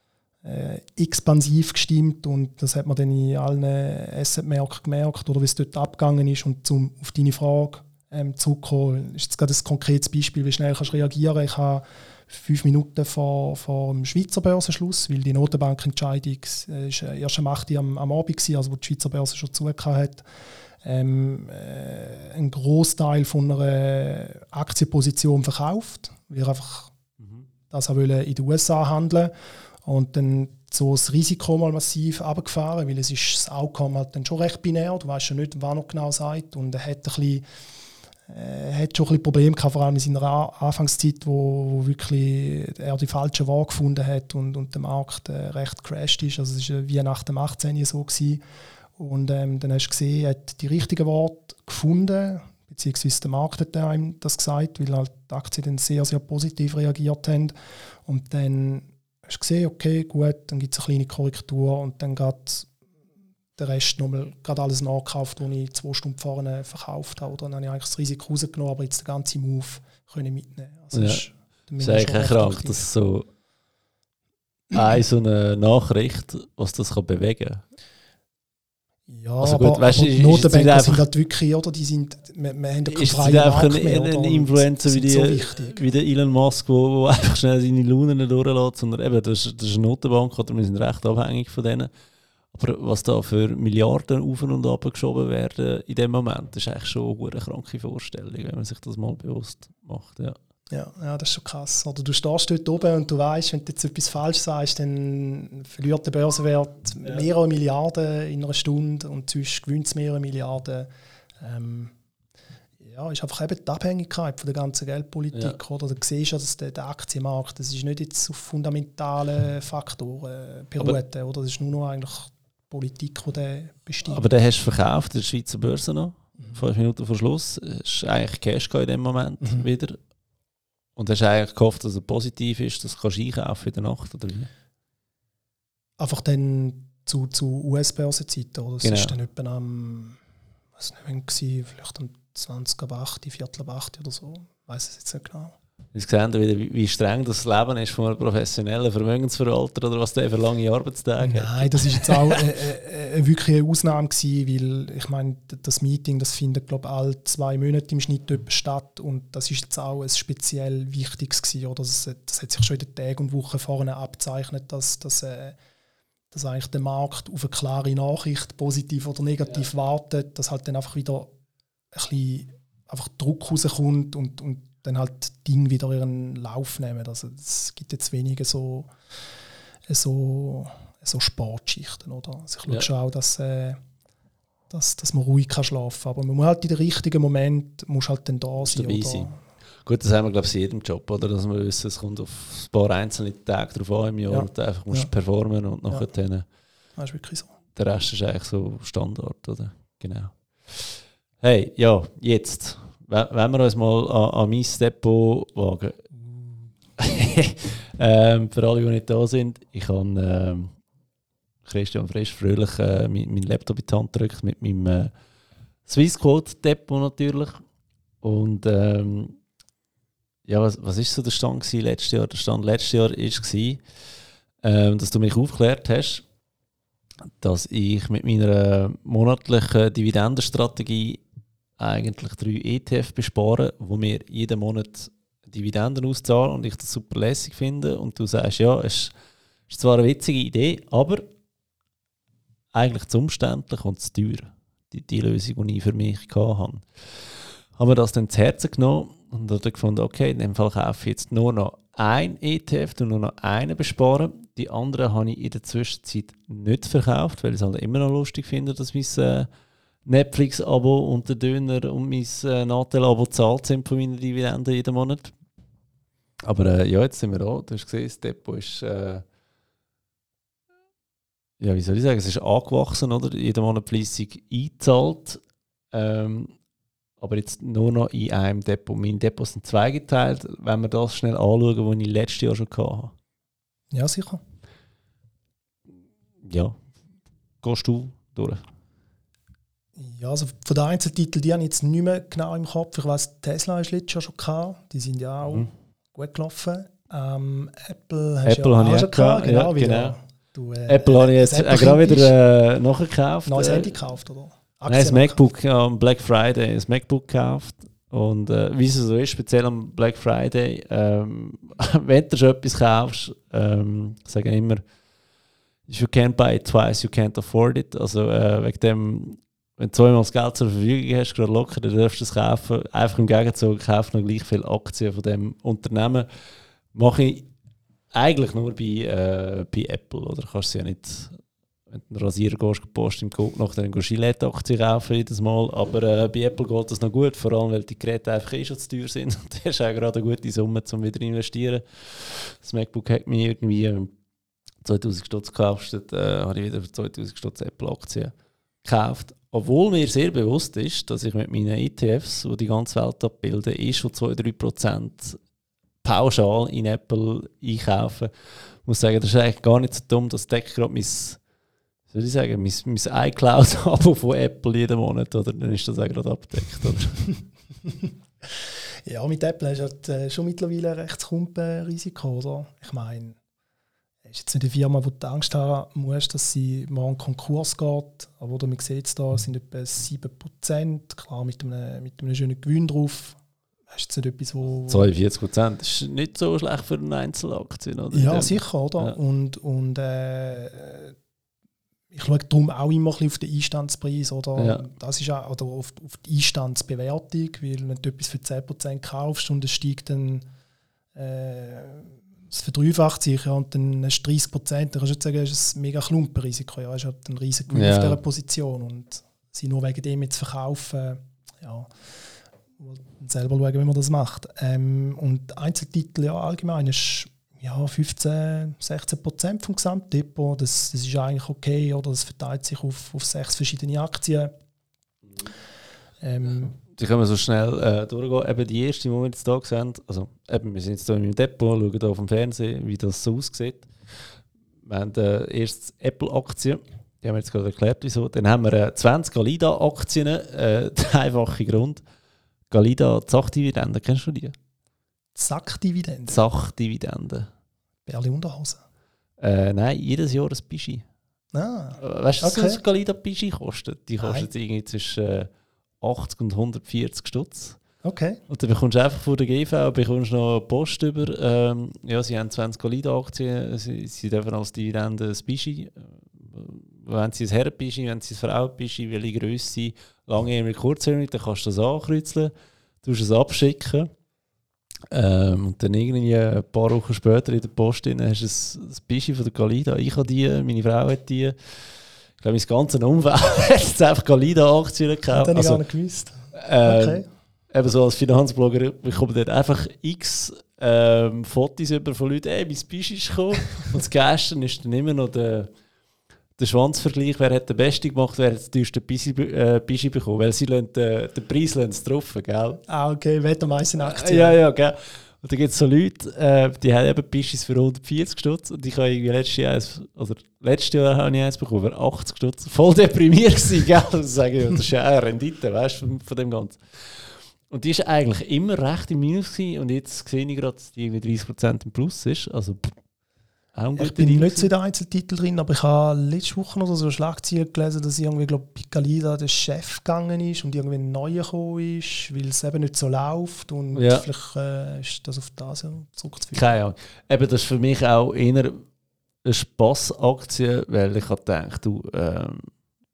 äh, expansiv gestimmt und das hat man dann in allen Assetmärkten gemerkt oder wie es dort abgegangen ist und zum, auf deine Frage ähm, zurückkommen, ist jetzt gerade ein konkretes Beispiel, wie schnell kannst du reagieren. Ich habe fünf Minuten vor, vor dem Schweizer Börsenschluss, weil die Notenbankentscheidung äh, erst am acht Uhr am, am Abend war, also wo die Schweizer Börse schon zugehört hat, ähm, äh, einen Großteil von einer Aktienposition verkauft, weil er einfach mhm. das auch in den U S A handeln und dann so das Risiko mal massiv runtergefahren, weil es ist das Outcome halt dann schon recht binär, du weißt ja nicht, was er genau sagt und er hat ein bisschen Er hat schon ein bisschen Probleme gehabt, vor allem in seiner Anfangszeit, wo, wo wirklich er die falschen Worte gefunden hat und, und der Markt äh, recht crashed ist. Also es war wie nach dem achtzehn so gewesen. Und ähm, dann hast du gesehen, er hat die richtigen Worte gefunden, beziehungsweise der Markt hat ihm das gesagt, weil halt die Aktien dann sehr, sehr positiv reagiert haben. Und dann hast du gesehen, okay, gut, dann gibt es eine kleine Korrektur und dann geht der Rest nochmal gerade alles nachgekauft, was ich zwei Stunden vorne verkauft habe. Dann habe ich eigentlich das Risiko rausgenommen, aber jetzt den ganzen Move können mitnehmen. Also ja. ist, das ist eigentlich krank, dass so eine so eine Nachricht, was das kann bewegen kann. Ja, also gut, aber, weißt, aber ist, die Notenbanker einfach, sind halt wirklich, oder? Die sind, wir, wir haben ja ist einfach ein, mehr, ein Influencer wie, die, so wie der Elon Musk, der einfach schnell seine Launen durchlässt, sondern eben, das, das ist eine Notenbank, oder wir sind recht abhängig von denen. Aber was da für Milliarden auf und ab geschoben werden in dem Moment, ist eigentlich schon eine kranke Vorstellung, wenn man sich das mal bewusst macht. Ja, ja, ja das ist schon krass. Oder du stehst dort oben und du weißt, wenn du jetzt etwas falsch sagst, dann verliert der Börsenwert ja. mehrere Milliarden in einer Stunde und sonst gewinnt es mehrere Milliarden. Ähm, ja, ist einfach eben die Abhängigkeit von der ganzen Geldpolitik. Ja. Oder? Du siehst ja, dass der, der Aktienmarkt, das ist nicht jetzt auf fundamentalen Faktoren beruht, oder? Das ist nur noch eigentlich Politik, die der bestimmt. Aber den hast du verkauft in der Schweizer Börse noch, mhm. fünf Minuten vor Schluss. Es ist eigentlich Cash in dem Moment mhm. wieder. Und hast eigentlich gehofft, dass er positiv ist, dass du einkaufen in der Nacht oder wie? Einfach dann zu, zu U S-Börsenzeiten, oder? Das genau. ist dann etwa am, was nicht mehr gewesen, vielleicht am zwanzig ab acht, Viertel ab acht oder so. Ich weiss es jetzt nicht genau. Wir sehen wieder, wie streng das Leben ist von einem professionellen Vermögensverwalter oder was der für lange Arbeitstage hat. Nein, das war jetzt auch äh, äh, wirklich eine Ausnahme gewesen, weil ich meine, das Meeting, das findet glaube ich alle zwei Monate im Schnitt statt und das ist jetzt auch ein speziell Wichtiges gewesen, oder? Das, das hat sich schon in den Tagen und Wochen vorne abzeichnet, dass, dass, äh, dass eigentlich der Markt auf eine klare Nachricht, positiv oder negativ ja. wartet, dass halt dann einfach wieder ein bisschen einfach Druck rauskommt und, und dann halt Dinge wieder ihren Lauf nehmen. Also es gibt jetzt wenige so, so, so Sportschichten. Oder? Also ich schaue ja. schon auch, dass, äh, dass, dass man ruhig kann schlafen kann. Aber man muss halt in den richtigen Moment muss halt dann da sein. Oder? sein. Gut, das haben wir glaube ich in jedem Job, oder? Dass wir wissen, es kommt auf ein paar einzelne Tage drauf an im Jahr ja. und du einfach musst ja. performen und nachher ja. dann, das ist wirklich so. Der Rest ist eigentlich so Standard, oder? Genau. Hey, ja, jetzt. Wenn wir uns mal an, an mein Depot wagen. ähm, für alle, die nicht da sind, ich habe ähm, Christian Frisch fröhlich äh, meinen mein Laptop in die Hand gedrückt mit meinem äh, Swissquote Depot natürlich. Und ähm, ja, was, was ist so der Stand gewesen letztes Jahr? Der Stand letztes Jahr war, ähm, dass du mich aufgeklärt hast, dass ich mit meiner monatlichen Dividendenstrategie eigentlich drei E T F besparen, wo mir jeden Monat Dividenden auszahlen und ich das super lässig finde. Und du sagst, ja, es ist zwar eine witzige Idee, aber eigentlich zu umständlich und zu teuer. Die, die Lösung, die ich für mich hatte. haben wir das dann zu Herzen genommen und dann gefunden, okay, in dem Fall kaufe ich jetzt nur noch ein E T F und nur noch einen besparen. Die anderen habe ich in der Zwischenzeit nicht verkauft, weil ich es halt immer noch lustig finde, dass mein äh, Netflix-Abo und der Döner und mein äh, Natel-Abo gezahlt sind von meinen Dividenden jeden Monat. Aber äh, ja, jetzt sind wir da. Du hast gesehen, das Depot ist, äh, ja, wie soll ich sagen, es ist angewachsen, oder? Jeden Monat fleissig eingezahlt. Ähm, aber jetzt nur noch in einem Depot. Meine Depots sind zweigeteilt, wenn wir das schnell anschauen, was ich letztes Jahr schon hatte. Ja, sicher. Ja, gehst du durch? Ja, also von den Einzeltiteln, die habe ich jetzt nicht mehr genau im Kopf. Ich weiss, Tesla ist letztes Jahr schon gehabt. Die sind ja auch mhm. gut gelaufen. Ähm, Apple hast Apple ja habe auch ich schon gehabt. Genau, ja, genau. Du, äh, Apple habe ich jetzt äh, gerade wieder äh, nachgekauft. Neues äh, Handy gekauft, oder? Nein, das MacBook am Black Friday, das MacBook gekauft. Und äh, wie es so ist, speziell am Black Friday, ähm, wenn du schon etwas kaufst, ähm, sagen immer, if you can't buy it twice, you can't afford it. Also äh, wegen dem, wenn du zweimal das Geld zur Verfügung hast, gerade locker, dann darfst du es kaufen. Einfach im Gegenzug, kauf noch gleich viele Aktien von dem Unternehmen. Mache ich eigentlich nur bei, äh, bei Apple, oder? Du kannst sie ja nicht, wenn du einen Rasierer gehst, post im Coop noch dann Gillette-Aktien kaufen jedes Mal. Aber äh, bei Apple geht das noch gut, vor allem weil die Geräte einfach eh schon zu teuer sind. Und das ist auch gerade eine gute Summe, um wieder zu investieren. Das MacBook hat mir irgendwie äh, zweitausend Stutz gekostet, äh, habe ich wieder für zweitausend Stutz Apple-Aktien gekauft. Obwohl mir sehr bewusst ist, dass ich mit meinen E T Fs, die die ganze Welt abbilden, eh schon zwei bis drei Prozent pauschal in Apple einkaufen. Ich muss sagen, das ist eigentlich gar nicht so dumm, das deckt gerade mein, soll ich sagen, mein, mein iCloud-Abo von Apple jeden Monat, oder? Dann ist das auch gerade abgedeckt, oder? Ja, mit Apple hast du halt, äh, schon mittlerweile ein rechts Risiko, oder? Ich meine, es ist jetzt nicht eine Firma, wo du Angst haben musst, dass sie mal in Konkurs geht, aber man sieht es da, es sind etwa sieben Prozent, klar mit einem, mit einem schönen Gewinn drauf. Das ist jetzt nicht etwas, wo... zweiundvierzig Prozent ist nicht so schlecht für eine Einzelaktien, oder? Ja, sicher, oder? Ja. Und, und äh, ich schaue darum auch immer ein bisschen auf den Einstandspreis, oder? Ja. Das ist auch, oder auf, auf die Einstandsbewertung, weil wenn du etwas für zehn Prozent kaufst und es steigt dann... Äh, es verdreifacht sich, ja, und dann hast du dreißig Prozent, dann kannst du nicht sagen, das ist ein mega Klumpenrisiko. Ja, es ist halt ein riesiger Gewinn ja. auf dieser Position. Und sie nur wegen dem jetzt verkaufen, ja, selber schauen, wie man das macht. Ähm, und Einzeltitel ja, allgemein ist ja, fünfzehn, sechzehn Prozent vom Gesamtdepot. Das, das ist eigentlich okay, oder? Das verteilt sich auf, auf sechs verschiedene Aktien. Ähm, Die können wir so schnell äh, durchgehen. Eben die erste, die wir jetzt hier sehen, also eben, wir sind jetzt hier in meinem Depot, schauen hier auf dem Fernsehen, wie das so aussieht. Wir haben äh, erst Apple-Aktien, die haben wir jetzt gerade erklärt, wieso. Dann haben wir äh, zwanzig Galida-Aktien, äh, der einfache Grund. Galida, Sachdividende, kennst du die? Sachdividende? Sachdividende. Berli Unterhose? Äh, nein, jedes Jahr ein Pischi. Ah, weißt du, okay. was Galida Pischi kostet? Die kostet irgendwie zwischen... Äh, achtzig und hundertvierzig Stutz. Okay. Und dann bekommst du einfach von der G V bekommst noch Post über. Ähm, ja, sie haben zwanzig Galida-Aktien, sie, sie dürfen als Dividende ein Pischi. Wenn sie ein Herren-Pischi, wenn sie ein Frauen-Pischi, welche Grösse, lange kurzhängig, dann kannst du das ankreuzeln, du es abschicken. Ähm, und dann irgendwie ein paar Wochen später in der Post drin, hast du ein, ein Pischi von der Galida. Ich habe die, meine Frau hat die. Ich glaube, mein ganzes Umfeld hat jetzt einfach Galida-Aktien gekauft. Das habe ich also, gar nicht gewusst. Ähm, okay. Eben so als Finanzblogger bekomme ich dort einfach x ähm, Fotos über von Leuten, hey, mein Pischi ist gekommen. Und das Geilste ist dann immer noch der, der Schwanzvergleich, wer hat den Besten gemacht, wer hat den teuersten Pischi, äh, Pischi bekommen. Weil sie lassen den, den Preis lassen drauf, gell? Ah, okay, wer hat am meisten Aktien? Ja, ja, gell. Und da gibt es so Leute, äh, die haben eben Pischis für hundertvierzig Stutz und ich habe irgendwie letztes Jahr eins, oder letztes Jahr habe ich eins bekommen, für achtzig Stutz. Voll deprimiert gewesen, gell? Das, sage ich, das ist ja auch eine Rendite, weißt du, von, von dem Ganzen. Und die war eigentlich immer recht im Minus gewesen, und jetzt sehe ich gerade, dass die irgendwie dreißig Prozent im Plus ist. Also, auch ich bin Deal nicht so in den Einzeltiteln drin, aber ich habe letzte Woche noch so eine Schlagzeile gelesen, dass irgendwie, glaube ich, Galida der Chef gegangen ist und irgendwie ein neuer gekommen ist, weil es eben nicht so läuft, und ja. vielleicht äh, ist das auf das zurückzuführen. Keine Ahnung. Eben, das ist für mich auch eher eine Spassaktie, weil ich habe gedacht, du, ähm,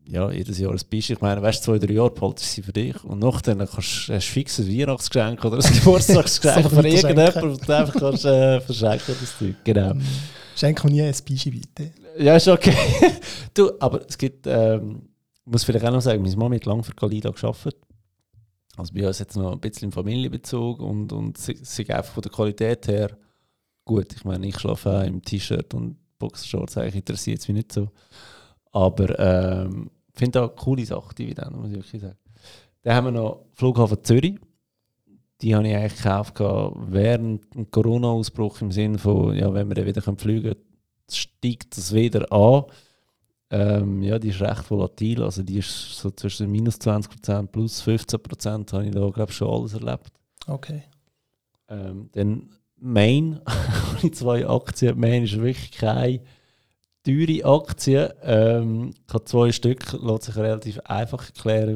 ja, jedes Jahr ein bisschen. Ich meine, weißt du, zwei, drei Jahre behaltest du sie für dich und nachher kannst, hast du fix ein Weihnachtsgeschenk oder ein Geburtstagsgeschenk von irgendjemandem, das du einfach kannst, äh, verschenken das Zeug. Genau. Um, schenk mir nie ein Bischi, bitte. Ja, ist okay. Du, aber es gibt, ähm, ich muss vielleicht auch noch sagen, meine Mama hat lange für Galida gearbeitet. Also bei uns jetzt noch ein bisschen im Familienbezug und, und sie, sie einfach von der Qualität her gut. Ich meine, ich schlafe auch im T-Shirt und Boxershorts, eigentlich interessiert es mich nicht so. Aber ähm, ich finde da coole Sachen, die Dividenden, muss ich wirklich sagen. Dann haben wir noch Flughafen Zürich. Die habe ich eigentlich gekauft während dem Corona-Ausbruch im Sinne von, ja, wenn wir dann wieder fliegen können, steigt das wieder an. Ähm, ja, die ist recht volatil, also die ist so zwischen minus zwanzig Prozent plus fünfzehn Prozent, habe ich da, glaube ich, schon alles erlebt. Okay. Ähm, dann Main, habe ich zwei Aktien. Main ist wirklich keine teure Aktie. Ähm, ich habe zwei Stück, lässt sich relativ einfach erklären.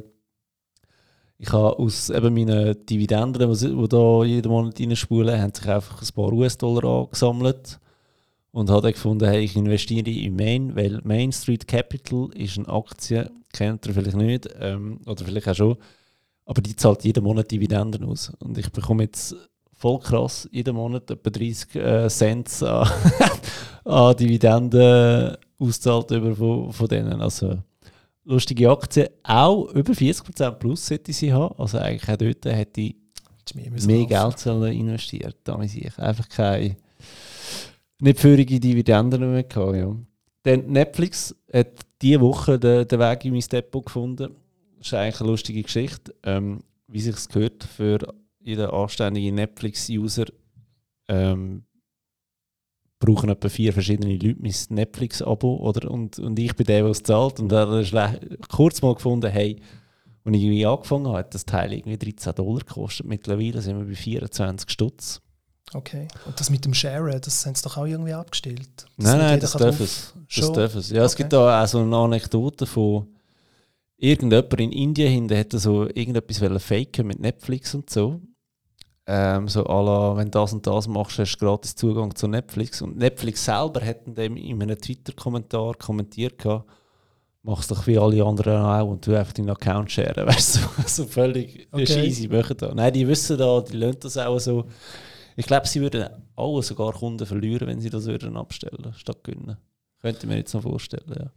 Ich habe aus eben meinen Dividenden, die da jeden Monat reinspulen, haben sich einfach ein paar U S-Dollar angesammelt. Und habe dann gefunden, hey, ich investiere in Main, weil Main Street Capital ist eine Aktie, kennt ihr vielleicht nicht, ähm, oder vielleicht auch schon, aber die zahlt jeden Monat Dividenden aus. Und ich bekomme jetzt voll krass jeden Monat etwa dreißig äh, Cent an, an Dividenden auszahlt über von, von denen. Also lustige Aktie, auch über vierzig Prozent plus sollte sie haben. Also eigentlich auch dort hätte ich mehr, mehr Geld sollen investiert. Da ich einfach keine nicht feurige Dividenden mehr gehabt, ja. Dann Netflix hat diese Woche den, den Weg in mein Depot gefunden. Das ist eigentlich eine lustige Geschichte. Ähm, wie sich es gehört für jeden anständigen Netflix-User, ähm, brauchen etwa vier verschiedene Leute mein Netflix-Abo, oder? Und, und ich bin der, der es zahlt. Und dann habe ich kurz mal gefunden, hey, als ich irgendwie angefangen habe, hat das Teil irgendwie dreizehn Dollar gekostet. Mittlerweile sind wir bei vierundzwanzig Stutz. Okay. Und das mit dem Share, das haben sie doch auch irgendwie abgestellt? Nein, nein, das darf es. Das darf es. Ja, es okay. gibt da auch so eine Anekdote von irgendjemand in Indien hinten, hat so irgendetwas faken mit Netflix und so. Ähm, so à la, wenn du das und das machst, hast du gratis Zugang zu Netflix. Und Netflix selber hat dem in einem Twitter-Kommentar kommentiert, mach es doch wie alle anderen auch und du einfach deinen Account sharen. Weißt du, so völlig okay. Easy machen da. Nein, die wissen da, die lassen das auch so. Ich glaube, sie würden auch sogar Kunden verlieren, wenn sie das würden abstellen statt gewinnen. Könnte ich mir jetzt noch vorstellen, ja.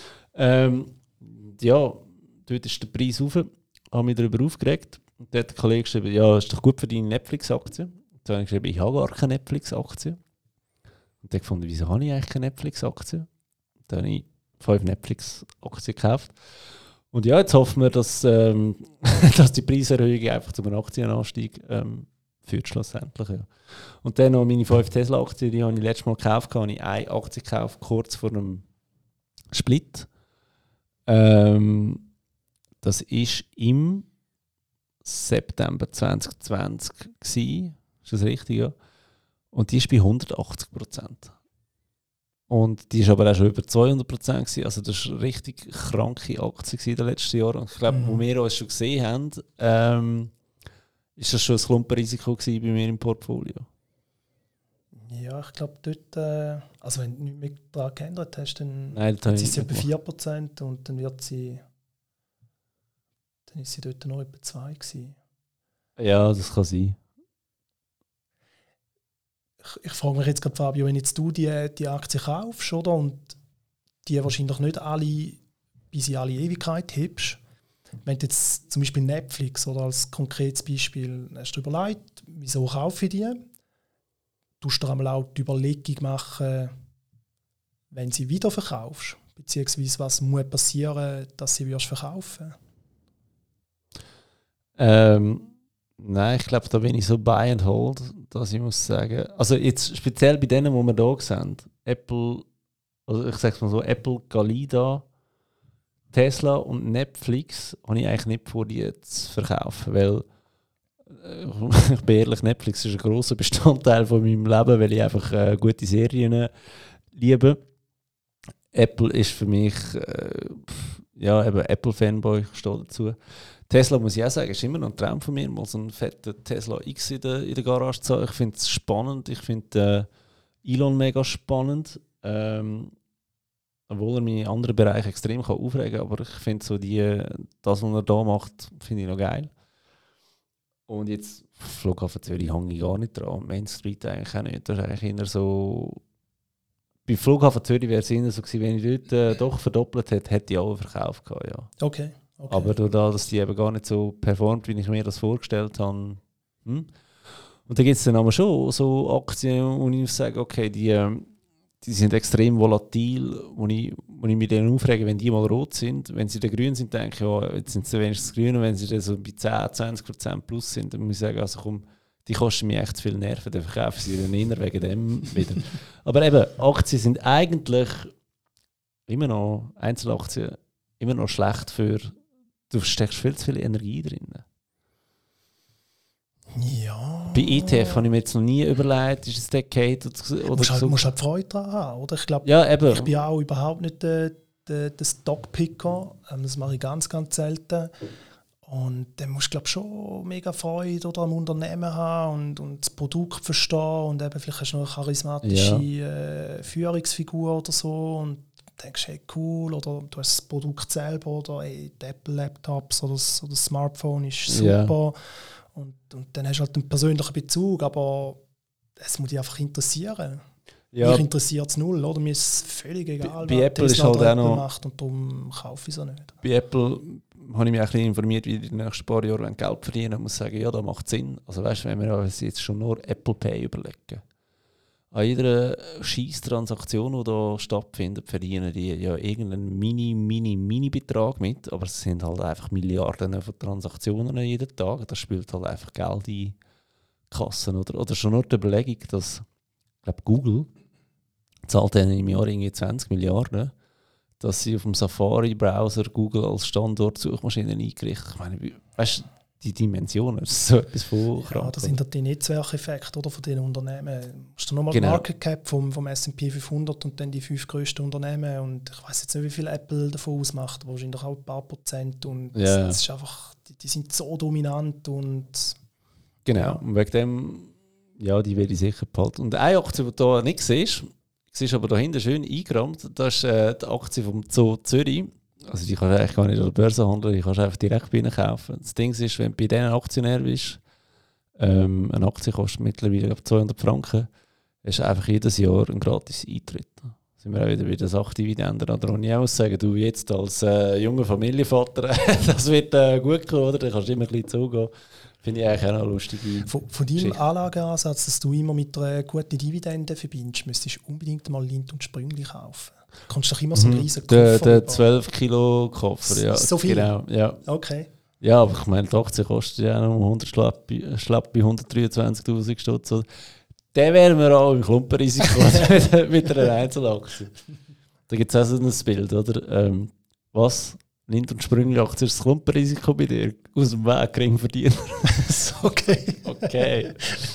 Ähm, ja, dort ist der Preis rauf. Ich habe mich darüber aufgeregt. Und dort hat der Kollege geschrieben, ja, ist doch gut für deine Netflix-Aktie. Dann habe ich geschrieben, ich habe gar keine Netflix-Aktie. Und dann gefunden, wieso habe ich eigentlich keine Netflix-Aktie? Dann habe ich fünf Netflix-Aktien gekauft. Und ja, jetzt hoffen wir, dass, ähm, dass die Preiserhöhung einfach zu einem Aktienanstieg ähm, führt schlussendlich. Ja. Und dann noch meine fünf Tesla-Aktien, die habe ich letztes Mal gekauft, habe ich eine Aktie gekauft, kurz vor einem Split. Ähm, das war im September zwanzig zwanzig gewesen. Ist das richtig, ja? Und die ist bei hundertachtzig Prozent. Und die ist aber auch schon über zweihundert Prozent gewesen. Also das war eine richtig kranke Aktie in den letzten Jahren. Und ich glaube, mhm. wo wir uns schon gesehen haben, ähm, ist das schon ein Klumpenrisiko gewesen bei mir im Portfolio? Ja, ich glaube dort, äh, also wenn du nicht mehr daran geändert hast, dann Nein, ist sie etwa vier Prozent und dann wird sie, dann ist sie dort noch etwa zwei gewesen. Ja, das kann sein. Ich, ich frage mich jetzt gerade, Fabio, wenn jetzt du die, die Aktie kaufst, oder, und die wahrscheinlich nicht alle bis in alle Ewigkeit hebst, wenn du jetzt zum Beispiel Netflix oder als konkretes Beispiel hast du überlegt, wieso kaufe ich die? Du musst dir einmal auch die Überlegung machen, wenn sie wieder verkaufst, beziehungsweise was muss passieren, dass sie wirst verkaufen? Ähm, nein, ich glaube, da bin ich so buy and hold, dass ich muss sagen, also jetzt speziell bei denen, die wir hier sehen, Apple, also ich sage es mal so, Apple, Galida, Tesla und Netflix habe ich eigentlich nicht vor, die zu verkaufen, weil äh, ich bin ehrlich, Netflix ist ein grosser Bestandteil von meinem Leben, weil ich einfach äh, gute Serien liebe. Apple ist für mich, äh, ja, eben Apple-Fanboy, ich stehe dazu. Tesla, muss ich auch sagen, ist immer noch ein Traum von mir, mal so einen fetten Tesla X in der, in der Garage zu haben. Ich finde es spannend, ich finde äh, Elon mega spannend. Ähm, obwohl er mich in anderen Bereichen extrem kann aufregen kann, aber ich finde so die, das, was er da macht, finde ich noch geil. Und jetzt Flughafen Zürich hänge ich gar nicht dran, Main Street eigentlich auch nicht. Das ist eigentlich eher so... Bei Flughafen Zürich wäre es eher so gewesen, wenn ich dort äh, doch verdoppelt hätte, hätte ich alle verkauft gehabt, ja. Okay, okay. Aber durch das, dass die eben gar nicht so performt, wie ich mir das vorgestellt habe. Hm? Und da gibt es dann aber schon so Aktien, wo ich sage, okay, die, die sind extrem volatil, wo ich, wo ich mich dann aufrege, wenn die mal rot sind. Wenn sie dann grün sind, denke ich, ja, jetzt sind sie wenigstens grün. Und wenn sie dann so bei zehn, zwanzig Prozent plus sind, dann muss ich sagen, also komm, die kosten mir echt zu viel Nerven, dann verkaufen sie dann eher wegen dem wieder. Aber eben, Aktien sind eigentlich immer noch, Einzelaktien, immer noch schlecht für, du steckst viel zu viel Energie drin. Ja. Bei E T F habe ich mir jetzt noch nie überlegt, ist es Decade oder, oder musst halt, so. musst halt Freude daran haben, oder? Ich glaube, ja, eben. ich bin auch überhaupt nicht der, der, der Stockpicker. Das mache ich ganz, ganz selten. Und dann musst du, glaube ich, schon mega Freude oder am Unternehmen haben und, und das Produkt verstehen und eben vielleicht hast du noch eine charismatische ja. äh, Führungsfigur oder so und denkst, hey, cool, oder du hast das Produkt selber oder hey, die Apple-Laptops oder das, oder das Smartphone ist super. Ja. Und, und dann hast du halt einen persönlichen Bezug, aber es muss dich einfach interessieren. Ja. Mich interessiert es null, oder? Mir ist es völlig egal, bei, bei Apple ist halt auch noch, macht und darum kaufe ich es auch nicht. Bei Apple habe ich mich auch ein bisschen informiert, wie die in den nächsten paar Jahren Geld verdienen. Ich muss sagen, ja, das macht Sinn. Also weißt du, wenn wir uns jetzt schon nur Apple Pay überlegen, an jeder Scheisstransaktion, die da stattfindet, verdienen die ja irgendeinen mini, mini, mini Betrag mit, aber es sind halt einfach Milliarden von Transaktionen jeden Tag. Das spielt halt einfach Geld in die Kassen. Oder, oder schon nur die Überlegung, dass ich glaube, Google zahlt denen im Jahr irgendwie zwanzig Milliarden, dass sie auf dem Safari-Browser Google als Standort-Suchmaschine eingerichtet. Ich meine, weißt du, die Dimensionen, das ist so etwas von krank. Ja, das sind halt die Netzwerkeffekte oder, von diesen Unternehmen. Du musst nochmal genau. die Market Cap vom, vom S and P fünfhundert und dann die fünf grössten Unternehmen. Und ich weiß jetzt nicht, wie viel Apple davon ausmacht, aber wahrscheinlich auch ein paar Prozent. Und ja. das ist einfach, die, die sind so dominant. Und genau, ja. Und wegen dem, ja, die werde ich sicher behalten. Und eine Aktie, die du hier nicht siehst, siehst aber da hinten schön eingerammt, das ist äh, die Aktie vom Zoo Zürich. Also die kannst du eigentlich gar nicht an der Börse handeln, die kannst du einfach direkt bei ihnen kaufen. Das Ding ist, wenn du bei denen Aktionär bist, ähm, eine Aktie kostet mittlerweile glaube zweihundert Franken, hast du einfach jedes Jahr einen gratis Eintritt. Da sind wir auch wieder bei der Sachdividende. Oder ich muss sagen, du jetzt als äh, junger Familienvater, das wird äh, gut kommen, oder? Dann kannst du immer ein bisschen zugehen. Finde ich eigentlich auch noch lustig. Von, von deinem Anlageansatz, dass du immer mit einer guten Dividende verbindest, müsstest du unbedingt mal Lindt und Sprüngli kaufen. Du kannst doch immer so einen mhm. riesen Koffer. Der, der zwölf Kilo Koffer, ja. So viel? Genau, ja. Okay. Ja, aber ich meine, die Aktie kostet ja noch hundert schlapp bei hundertdreiundzwanzigtausend Stutz. Dann wären wir auch im Klumpenrisiko mit einer Einzelaktie. Da gibt es auch so ein Bild, oder? Ähm, was? Lindt und Sprüngli-Aktie ist das Klumpenrisiko bei dir? Aus dem Weg, gering verdienen. Okay. Okay.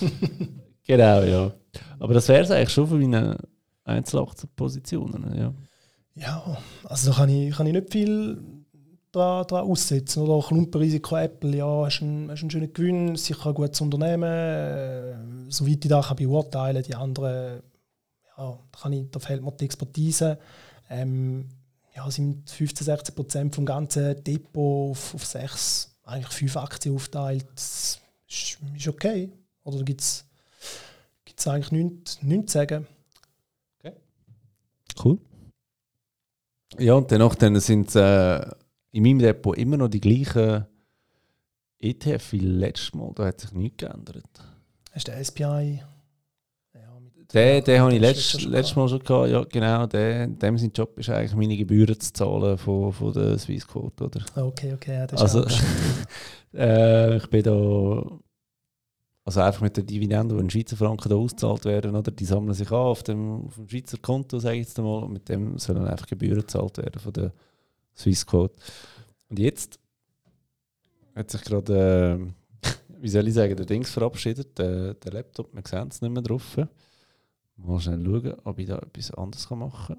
Genau, ja. Aber das wäre es eigentlich schon für meine Einzelaktienpositionen, ja. Ja, also da kann ich, kann ich nicht viel dran, dran aussetzen. Oder Klumpenrisiko Apple, ja, hast einen, hast einen schönen Gewinn, sicher ein gutes Unternehmen. Äh, soweit ich da kann beurteilen, die anderen, ja, da, kann ich, da fehlt mir die Expertise. Ähm, ja, sind fünfzehn, sechzehn Prozent vom ganzen Depot auf, auf sechs, eigentlich fünf Aktien aufteilt. Das ist, ist okay. Oder da gibt es eigentlich nichts, nichts zu sagen. Okay. Cool. Ja, und danach dann sind äh, in meinem Depot immer noch die gleichen E T F wie letztes Mal. Da hat sich nichts geändert. Hast du den S P I? Den, den habe ich letztes, letztes Mal schon gehabt. Ja, genau. Der, dem sein Job ist eigentlich, meine Gebühren zu zahlen von, von der Swissquote, oder? Okay, okay. Ja, das ist also, äh, ich bin da... Also einfach mit der Dividende, die in Schweizer Franken da ausgezahlt werden, oder? Die sammeln sich an auf dem, auf dem Schweizer Konto, sage ich jetzt einmal. Und mit dem sollen einfach Gebühren gezahlt werden von der Swissquote. Und jetzt hat sich gerade, äh, wie soll ich sagen, der Dings verabschiedet, der, der Laptop, wir sehen es nicht mehr drauf. Mal schnell schauen, ob ich da etwas anderes machen kann.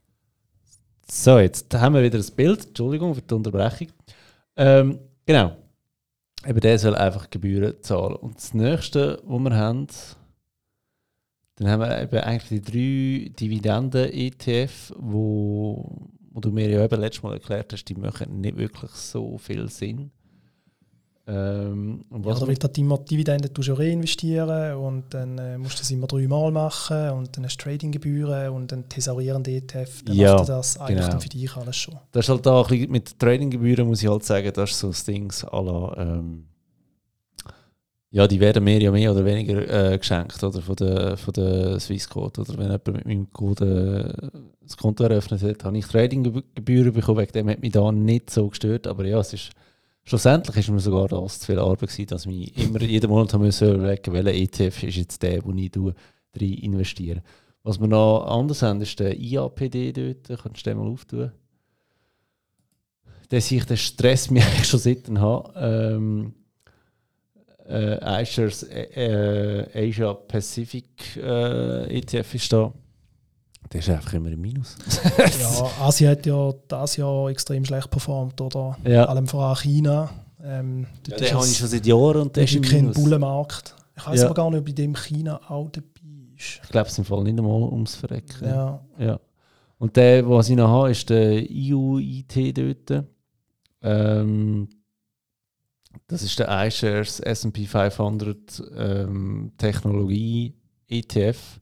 So, jetzt haben wir wieder ein Bild. Entschuldigung für die Unterbrechung. Ähm, genau. Eben der soll einfach Gebühren zahlen. Und das nächste, was wir haben, Dann haben wir eben eigentlich die drei Dividenden-E T F, wo, wo du mir ja eben letztes Mal erklärt hast, die machen nicht wirklich so viel Sinn. Ähm, und Ja, was da wird halt immer die Dividenden reinvestieren und dann äh, musst du das immer dreimal machen und dann hast du Tradinggebühren und dann tesaurierende E T F, dann ja, macht er das eigentlich genau. dann für dich alles schon. Das ist halt da ein bisschen mit Tradinggebühren, muss ich halt sagen, das ist so das Ding à la, ähm, ja, die werden mir ja mehr oder weniger äh, geschenkt oder, von der, von der Swissquote. Oder wenn jemand mit meinem Code äh, das Konto eröffnet hat, habe ich Tradinggebühren bekommen, wegen dem hat mich da nicht so gestört. Aber ja, es ist, schlussendlich ist mir sogar das zu viel Arbeit gewesen, dass ich immer jeden Monat haben müssen überlegen, welcher E T F ist jetzt der, wo ich rein investiere. Was wir noch anders haben, ist der I A P D dort. Kannst du den mal auftun? Der sich der Stress mich eigentlich schon seitdem habe. Ähm, äh, iShares äh, Asia Pacific äh, E T F ist da. Der ist einfach immer im Minus. Ja, Asien hat ja dieses Jahr extrem schlecht performt, oder? Ja. Allem voran China. Ähm, Ja, den habe ich schon seit Jahren und der ist ist im wirklich ein Minus. Bullenmarkt. Ich weiß Ja. aber gar nicht, ob bei dem China auch dabei ist. Ich glaube, es ist im Fall nicht einmal ums Verrecken. Ja. Ja. Und der, was ich noch habe, ist der I U I T dort. Ähm, das ist der iShares S and P fünfhundert ähm, Technologie E T F.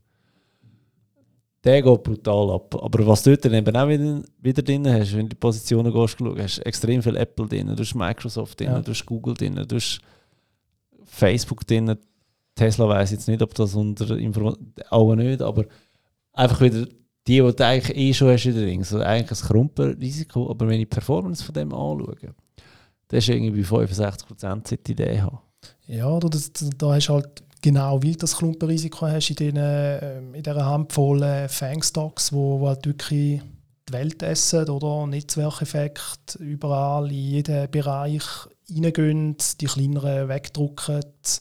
Der geht brutal ab. Aber was du dort dann eben auch wieder, wieder drin hast, wenn du die Positionen gehst, hast du extrem viel Apple drin, du hast Microsoft drin, Ja. du hast Google drin, du hast Facebook drin. Tesla weiss jetzt nicht, ob das unter Information auch nicht, aber einfach wieder die, die du eigentlich eh schon hast in der Ring. Also eigentlich ein Krumpenrisiko, aber wenn ich die Performance von dem anschaue, das ist irgendwie bei fünfundsechzig Prozent seit ich die Idee habe. Ja, da, das, da hast du halt genau, weil du das Klumpenrisiko hast in, den, ähm, in dieser Handvoll äh, Fang-Stocks, wo, wo halt wirklich die Welt essen, oder? Netzwerkeffekt, überall in jeden Bereich reingehen, die kleineren wegdrücken.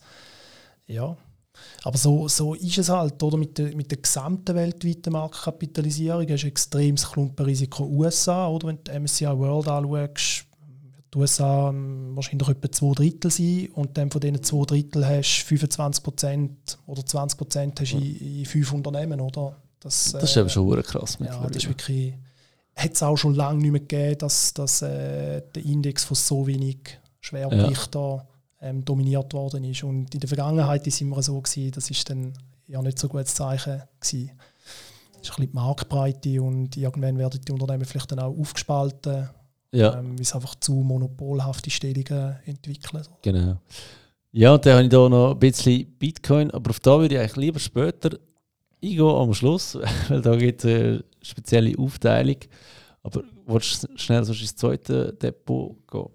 Ja. Aber so, so ist es halt, oder? Mit der, mit der gesamten weltweiten Marktkapitalisierung hast du ein extremes Klumpenrisiko U S A, oder? Wenn du M S C I World anschaust, die U S A wahrscheinlich etwa zwei Drittel sein und dann von diesen zwei Drittel hast du fünfundzwanzig Prozent oder zwanzig Prozent hast in, in fünf Unternehmen, oder? Das, Das ist äh, eben schon verdammt krass. Ja, das ist wirklich, hat es auch schon lange nicht mehr gegeben, dass, dass äh, der Index von so wenig Schwergewicht ja. da ähm, dominiert worden ist. Und in der Vergangenheit war es immer so gewesen, das ist dann ja nicht so ein gutes Zeichen gewesen. Das ist ein bisschen die Marktbreite und irgendwann werden die Unternehmen vielleicht dann auch aufgespalten. Ja. Ähm, weil es einfach zu monopolhafte Stellungen entwickelt. Genau. Ja, und dann habe ich hier noch ein bisschen Bitcoin, aber auf da würde ich eigentlich lieber später eingehen am Schluss, weil da gibt es eine spezielle Aufteilung. Aber willst du schnell sonst ins zweite Depot gehen?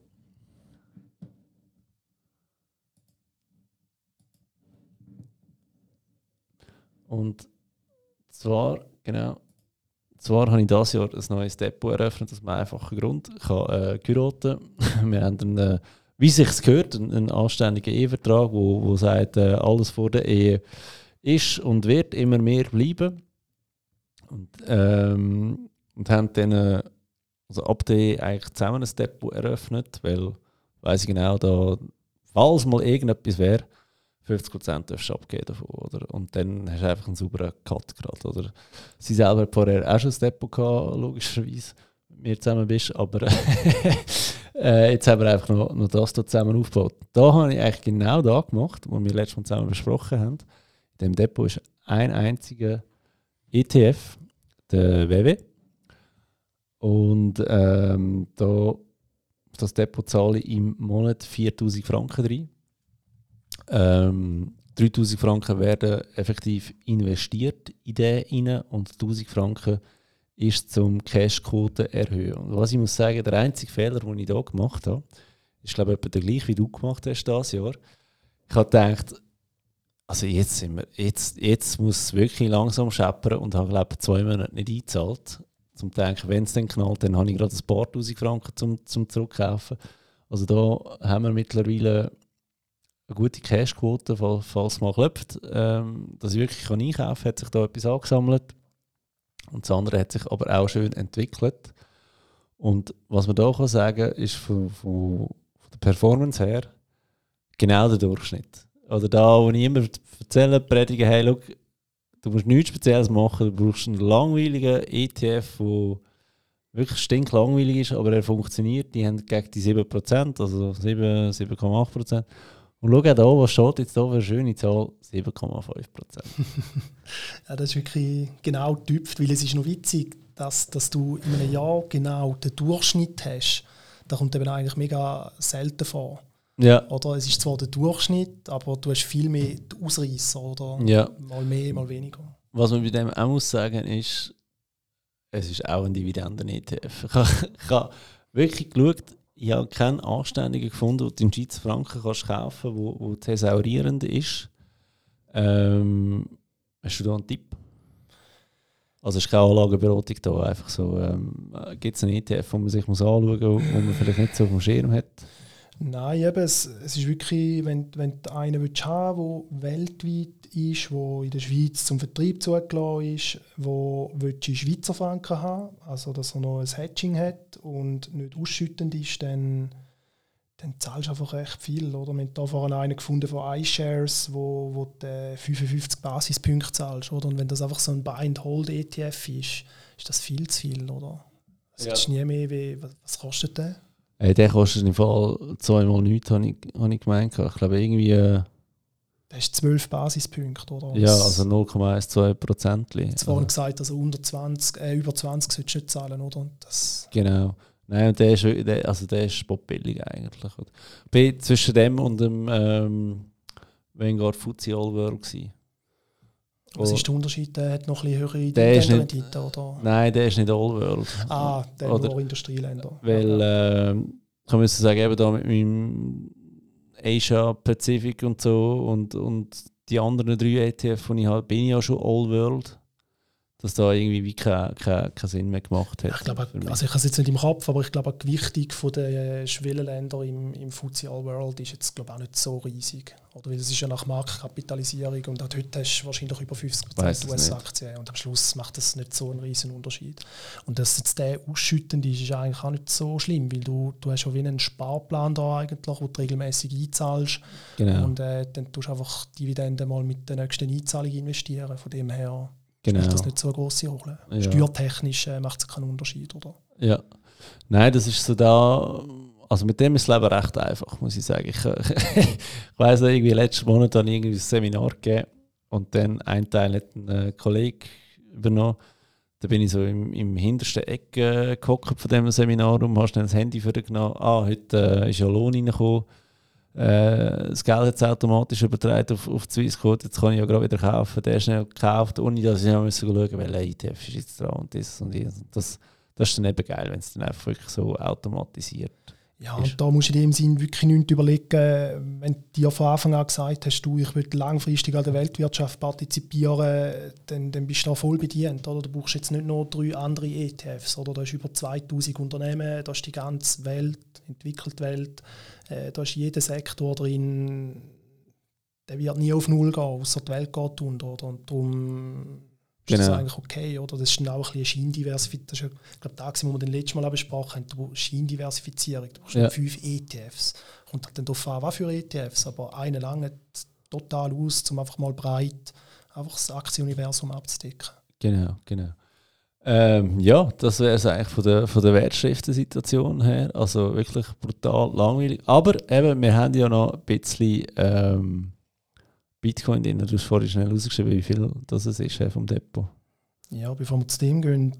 Und zwar, genau, zwar habe ich dieses Jahr ein neues Depot eröffnet, aus einem einfachen Grund. Ich habe äh, geheiratet. Wir haben einen, äh, wie sich es gehört, einen, einen anständigen Ehevertrag, wo, wo sagt, äh, alles vor der Ehe ist und wird immer mehr bleiben. Und, ähm, und haben dann äh, also ab der Ehe eigentlich zusammen ein Depot eröffnet, weil, weiss ich genau, da, falls mal irgendetwas wäre, fünfzig Prozent darfst du abgeben davon, oder? Und dann hast du einfach einen sauberen Cut gerade, oder? Sie selber hat vorher auch schon ein Depot gehabt, logischerweise, mit mir zusammen bist, aber äh, jetzt haben wir einfach noch, noch das hier zusammen aufgebaut. Da habe ich eigentlich genau das gemacht, was wir letztes Mal zusammen besprochen haben. In dem Depot ist ein einziger E T F, der W W. Und ähm, da, das Depot zahle ich im Monat viertausend Franken rein. Ähm, dreitausend Franken werden effektiv investiert in den rein und tausend Franken ist zum Cashquote erhöhen. Und was ich muss sagen, der einzige Fehler, den ich hier gemacht habe, ist glaube ich etwa der gleiche, wie du gemacht hast dieses Jahr. Ich habe gedacht, also jetzt, sind wir, jetzt, jetzt muss es wirklich langsam scheppern und habe glaube ich zwei Monate nicht eingezahlt. Zum denken, wenn es dann knallt, dann habe ich gerade ein paar tausend Franken zum, zum Zurückkaufen. Also da haben wir mittlerweile eine gute Cashquote, falls es mal klappt. Ähm, dass ich wirklich kann einkaufen kann, hat sich da etwas angesammelt. Und das andere hat sich aber auch schön entwickelt. Und was man da kann sagen, ist von, von, von der Performance her genau der Durchschnitt. Oder da, wo ich immer erzähle, predige, hey, schau, du musst nichts Spezielles machen, du brauchst einen langweiligen E T F, der wirklich stinklangweilig ist, aber er funktioniert. Die haben gegen die sieben Prozent, also sieben, sieben Komma acht Prozent. Und schau da, was steht jetzt da für eine schöne Zahl? sieben Komma fünf Prozent. Ja, das ist wirklich genau getüpft, weil es ist noch witzig, dass, dass du in einem Jahr genau den Durchschnitt hast. Das kommt eben eigentlich mega selten vor. Ja. Oder es ist zwar der Durchschnitt, aber du hast viel mehr die Ausreisser, oder? Ja. Mal mehr, mal weniger. Was man bei dem auch muss sagen ist, es ist auch ein Dividenden-E T F. Ich habe, ich habe wirklich geschaut, ich habe keinen anständigen gefunden, den du in Schweizer Franken kannst kaufen, wo, wo thesaurierend ist. Ähm, hast du da einen Tipp? Also es ist keine Anlageberatung da, einfach so, ähm, gibt es einen E T F, den man sich muss anschauen muss, den man vielleicht nicht so auf dem Schirm hat? Nein, eben, es, es ist wirklich, wenn, wenn du einen willst haben willst, der weltweit ist, der in der Schweiz zum Vertrieb zugelassen ist, der willst du Schweizer Franken haben, also dass er noch ein Hedging hat und nicht ausschüttend ist, dann, dann zahlst du einfach recht viel. Oder? Wir haben da vorhin einen gefunden von iShares, wo, wo du fünfundfünfzig Basispunkte zahlst. Oder? Und wenn das einfach so ein Buy-and-Hold-E T F ist, ist das viel zu viel. Oder? Das Ja. ist nie mehr wie, was, was kostet der? Hey, der kostet im Fall zweimal nichts, habe ich, hab ich gemeint. Ich glaube irgendwie... Äh, das ist zwölf Basispunkte, oder? ja, also null Komma eins zwei Prozent. Jetzt vorhin gesagt, also unter zwanzig, äh, über zwanzig solltest du nicht zahlen, oder? Und das Genau. Nein, und der ist, der, also der ist spotbillig eigentlich. Ich bin zwischen dem und dem ähm, Vanguard F T S E All World gewesen. Was Oh, ist der Unterschied? Der hat noch ein bisschen höhere Der ist nicht- Dividendenrendite, oder? Nein, der ist nicht All World. Ah, der Oder- nur Industrieländer. Weil, äh, ich muss sagen, eben da mit meinem Asia Pacific und so und, und die anderen drei E T F, die ich habe, bin ich ja schon All World. Dass da irgendwie wie keinen kein, kein Sinn mehr gemacht hat. Ich glaube, für mich. also ich habe es jetzt nicht im Kopf, aber ich glaube, die Gewichtung der Schwellenländer im, im F T S E All World ist jetzt glaube ich, auch nicht so riesig. Oder weil es ist ja nach Marktkapitalisierung und auch heute hast du wahrscheinlich über fünfzig Weiss Prozent es U S-Aktien und am Schluss macht das nicht so einen riesen Unterschied. Und dass jetzt der ausschüttend ist, ist eigentlich auch nicht so schlimm, weil du, du hast ja wie einen Sparplan da eigentlich, wo du regelmäßig einzahlst Genau. und äh, dann tust du einfach Dividenden mal mit der nächsten Einzahlung investieren. Von dem her Genau. spielt das nicht so eine grosse Rolle. Ja. Steuertechnisch äh, macht es keinen Unterschied, oder? Ja. Nein, das ist so da. Also mit dem ist das Leben recht einfach, muss ich sagen. Ich, ich weiss noch, irgendwie letzten Monat habe ich irgendwie ein Seminar gegeben und dann ein Teil hat ein äh, Kollege übernommen. Da bin ich so im, im hintersten Eck äh, gehockt von diesem Seminar und hast dann das Handy für genommen. Ah, heute äh, ist ja Lohn reingekommen. Äh, das Geld hat es automatisch übertragen auf, auf die Swissquote. Jetzt kann ich ja gerade wieder kaufen. Der ist schnell gekauft, ohne dass ich schauen musste, welcher E T F ist jetzt dran und das und das. Das, das ist dann eben geil, wenn es dann einfach wirklich so automatisiert. Ja, ist. und da musst du in dem Sinn wirklich nichts überlegen. Wenn du dir von Anfang an gesagt hast, du, ich will langfristig an der Weltwirtschaft partizipieren, dann, dann bist du da voll bedient. Oder? Du brauchst jetzt nicht nur drei andere E T Fs. Oder? Da ist über zweitausend Unternehmen, da ist die ganze Welt, entwickelte Welt, äh, da ist jeder Sektor drin, der wird nie auf Null gehen, außer die Welt geht unter. Oder? Und darum ist Genau. das eigentlich okay. Oder? Das ist dann auch ein bisschen eine Scheindiversifizierung. Das ist ja, ich glaube, das, was wir das letzte Mal besprochen haben, du brauchst Scheindiversifizierung. Du brauchst Ja. nicht fünf E T Fs. Kommt halt dann darauf an, was für E T Fs. Aber einen lange total aus, um einfach mal breit einfach das Aktienuniversum abzudecken. Genau, genau. Ähm, ja, das wäre es eigentlich von der, von der Wertschriftensituation her. Also wirklich brutal langweilig. Aber eben, wir haben ja noch ein bisschen ähm, Bitcoin drin. Du hast vorhin schnell rausgeschrieben, wie viel das es ist äh, vom Depot. Ja, bevor wir zu dem gehen,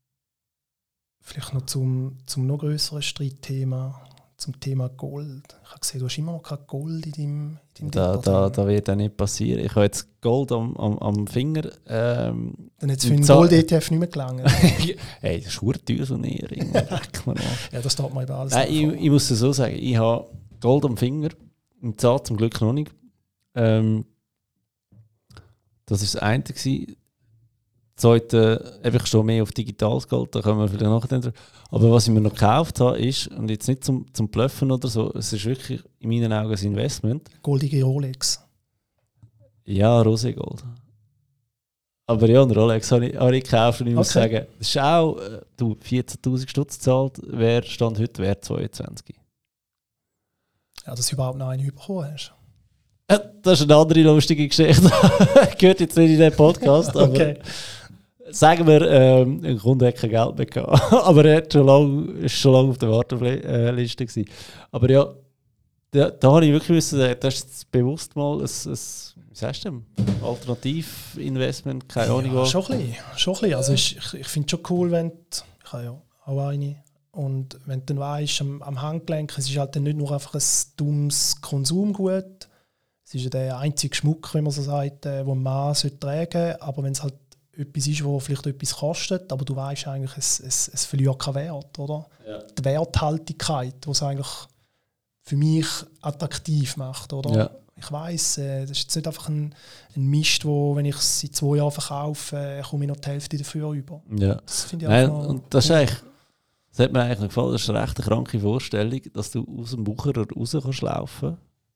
vielleicht noch zum, zum noch größeren Streitthema, zum Thema Gold. Ich habe gesehen, du hast immer noch kein Gold in deinem, in deinem Da, Depot da, drin. da wird auch nicht passieren. Ich habe jetzt Gold am, am, am Finger. Ähm, Dann hat es für einen Zahl- Gold-E T F nicht mehr gelangt. hey, das ist verdammt teuer so näher. Leck mir an. Ja, das steht mal über alles. Nein, ich, ich muss es so sagen, ich habe Gold am Finger, im Zahl zum Glück noch nicht. Ähm, das war das eine. Gewesen. Das zweite, eben, ich stehe mehr auf digitales Gold, da können wir vielleicht nachher drüber. Aber was ich mir noch gekauft habe, ist, und jetzt nicht zum, zum Bluffen oder so, es ist wirklich in meinen Augen ein Investment. Goldige Rolex. Ja, Roségold. Aber ja, einen Rolex habe ich, habe ich gekauft und ich muss Okay. sagen, das ist auch, äh, du, vierzehntausend Stutz gezahlt, wer stand heute wert zweiundzwanzig. Ja, dass du überhaupt noch einen bekommen hast. Das ist eine andere lustige Geschichte. Gehört jetzt nicht in den Podcast, aber okay. Sagen wir, ähm, ein Kunde hat kein Geld mehr gehabt. Aber er hat schon lange, ist schon lange auf der Warteliste gewesen. Aber ja, da, da habe ich wirklich wissen, das ist jetzt bewusst mal ein, ein wie sagst du, Alternativinvestment, keine Ahnung. Ja, schon ein bisschen. Schon ein bisschen. Also ich, ich, ich finde es schon cool, wenn du, ich habe ja auch eine, und wenn du dann weißt, am, am Handgelenk, es ist halt dann nicht nur einfach ein dummes Konsumgut, es ist ja der einzige Schmuck, wie man so sagt, den ein Mann tragen sollte, aber wenn es halt etwas ist, das vielleicht etwas kostet, aber du weißt eigentlich, es, es, es verliert keinen Wert, oder? Ja. Die Werthaltigkeit, die es eigentlich für mich attraktiv macht, oder? Ja. Ich weiss, äh, das ist jetzt nicht einfach ein, ein Mist, wo, wenn ich es in zwei Jahren verkaufe, äh, komme ich noch die Hälfte dafür über. Ja. Das finde ich Nein, auch und das, ist eigentlich, das hat mir eigentlich gefallen, das ist eine recht kranke Vorstellung, dass du aus dem Wucherer raus kannst laufen,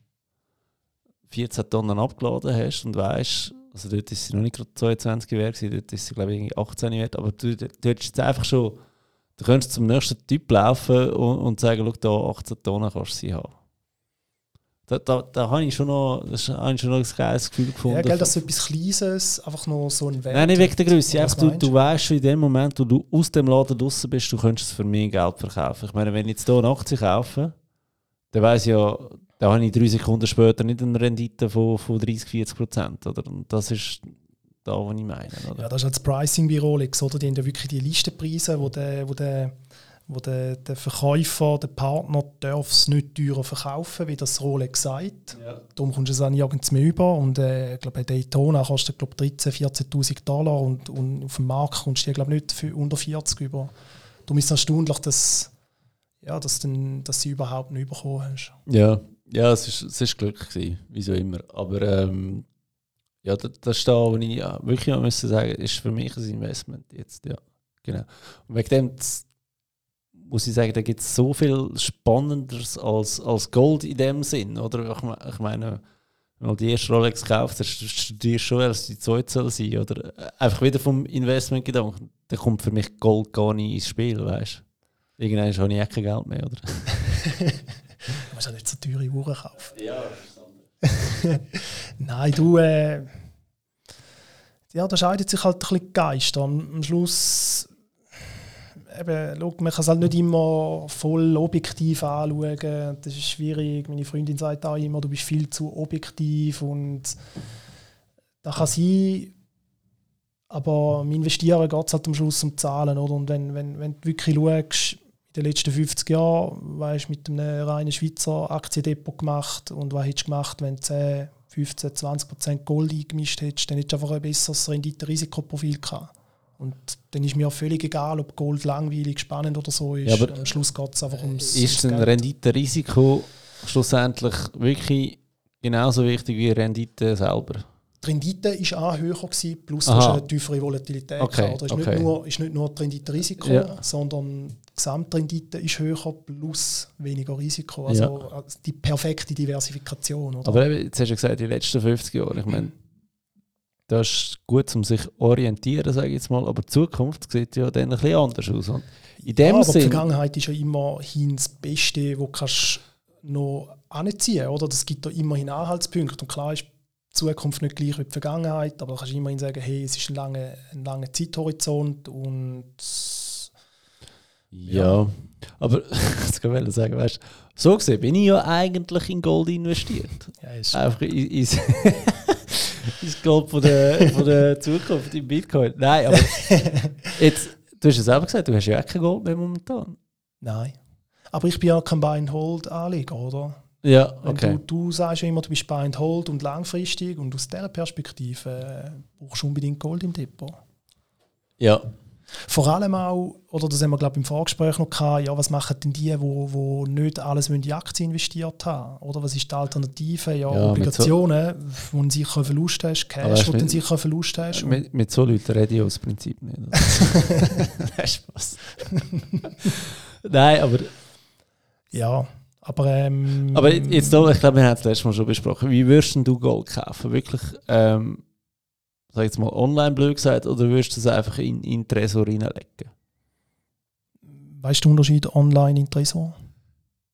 vierzehn Tonnen abgeladen hast und weißt, also dort ist sie noch nicht gerade zweiundzwanzig wert, dort ist sie glaube ich achtzehn wert, aber du, du hättest jetzt einfach schon, du könntest zum nächsten Typ laufen und, und sagen, schau, da achtzehn Tonnen kannst du sie haben. Da, da, da habe ich schon noch, das habe ich schon noch ein geiles Gefühl gefunden. Ja, gell, dass so etwas Kleines, einfach nur so ein Wert. Nein, nicht wegen der Größe. Einfach, du, du weißt schon in dem Moment, wo du aus dem Laden draussen bist, du könntest es für mehr Geld verkaufen. Ich meine, wenn ich jetzt hier eine Aktie kaufe, dann weiss ich ja, da habe ich drei Sekunden später nicht eine Rendite von, von dreißig, vierzig Prozent. Oder? Und das ist da, was ich meine. Oder? Ja, das ist halt das Pricing bei Rolex. Oder? Die haben ja wirklich die Listenpreise, wo der, wo der wo der, der Verkäufer, der Partner, darf es nicht teurer verkaufen, wie das Rolex sagt. Ja. Darum kommst du es auch nirgends mehr über. Und äh, ich glaube, bei Daytona kostet glaub, dreizehn-, vierzehntausend Dollar und, und auf dem Markt kommst du glaub, nicht für unter vierzig über. Darum ist es erstaunlich, dass, ja, dass, dann, dass sie überhaupt nicht bekommen hast. Ja, ja, es ist, es ist Glück gewesen, wie so immer. Aber ähm, ja, das, das ist da, wo ich ja, wirklich müssen sagen, ist für mich ein Investment jetzt. Ja, genau. Und wegen dem muss ich sagen, da gibt es so viel Spannenderes als, als Gold in dem Sinn. Oder? Ich, ich meine, wenn du die erste Rolex kaufst, dann studierst du schon, dass die zweite soll sein. Oder einfach wieder vom Investmentgedanken, da kommt für mich Gold gar nicht ins Spiel, weißt du? Irgendwann habe ich auch kein Geld mehr, oder? Du musst ja nicht so teure Uhren kaufen. Ja, das Nein, du, äh, ja, da scheidet sich halt ein bisschen die Geister. Am, am Schluss, eben, schau, man kann es halt nicht immer voll objektiv anschauen. Das ist schwierig. Meine Freundin sagt auch immer, du bist viel zu objektiv und das kann sein, aber im Investieren geht es halt am Schluss um Zahlen. Oder? Und wenn, wenn, wenn du wirklich schaust, in den letzten fünfzig Jahren, weißt, mit einem reinen Schweizer Aktiendepot gemacht und was hättest du gemacht, wenn du zehn, fünfzehn, zwanzig Prozent Gold eingemischt hättest, dann hättest du einfach ein besseres Rendite-Risikoprofil gehabt. Und dann ist mir auch völlig egal, ob Gold langweilig, spannend oder so ist. Ja, am Schluss geht es einfach ums Ist ein Rendite-Risiko schlussendlich wirklich genauso wichtig wie Rendite selber? Die Rendite war auch höher gewesen, plus hast eine tiefere Volatilität. Okay, Es ist, okay. nicht nur, ist nicht nur das Rendite-Risiko, ja, sondern die Gesamtrendite ist höher plus weniger Risiko. Also ja, die perfekte Diversifikation. Oder? Aber jetzt hast du gesagt, die letzten fünfzig Jahre, ich meine, das ist gut, um sich zu orientieren, sage ich jetzt mal, aber die Zukunft sieht ja dann ein bisschen anders aus. Und in dem ja, aber Sinn, die Vergangenheit ist ja immerhin das Beste, was kannst du noch anziehen, oder? Das gibt ja immerhin Anhaltspunkte. Und klar ist die Zukunft nicht gleich wie die Vergangenheit, aber da kannst du immerhin sagen, hey, es ist ein langer, ein langer Zeithorizont und ja, ja. Aber das kann ich sagen, weißt, so gesehen bin ich ja eigentlich in Gold investiert. Ja, ist einfach in, in, ins Gold von der, von der Zukunft im Bitcoin. Nein, aber jetzt, du hast es selber gesagt, du hast ja auch kein Gold mehr momentan. Nein, aber ich bin ja kein Buy-and-Hold-Anleger, oder? Ja, okay. Wenn du, du sagst ja immer, du bist Buy-and-Hold und langfristig und aus dieser Perspektive äh, brauchst du unbedingt Gold im Depot. Ja. Vor allem auch, oder das haben wir glaube ich im Vorgespräch noch gehabt, ja, was machen denn die, wo, wo nicht alles in die Aktie investiert haben? Oder was ist die Alternative? Ja, ja, Obligationen, so, wo du sicher einen Verlust hast, Cash, wo du sicher einen Verlust hast. Mit, mit so Leuten rede ich aus Prinzip nicht. Nein, Spaß. Nein, aber... Ja, aber... Ähm, aber jetzt, ich glaube, wir haben es letztes Mal schon besprochen. Wie würdest du Gold kaufen? Wirklich... Ähm, sag jetzt mal online blöd gesagt, oder würdest du es einfach in, in den Tresor reinlegen? Weißt du den Unterschied online in den Tresor?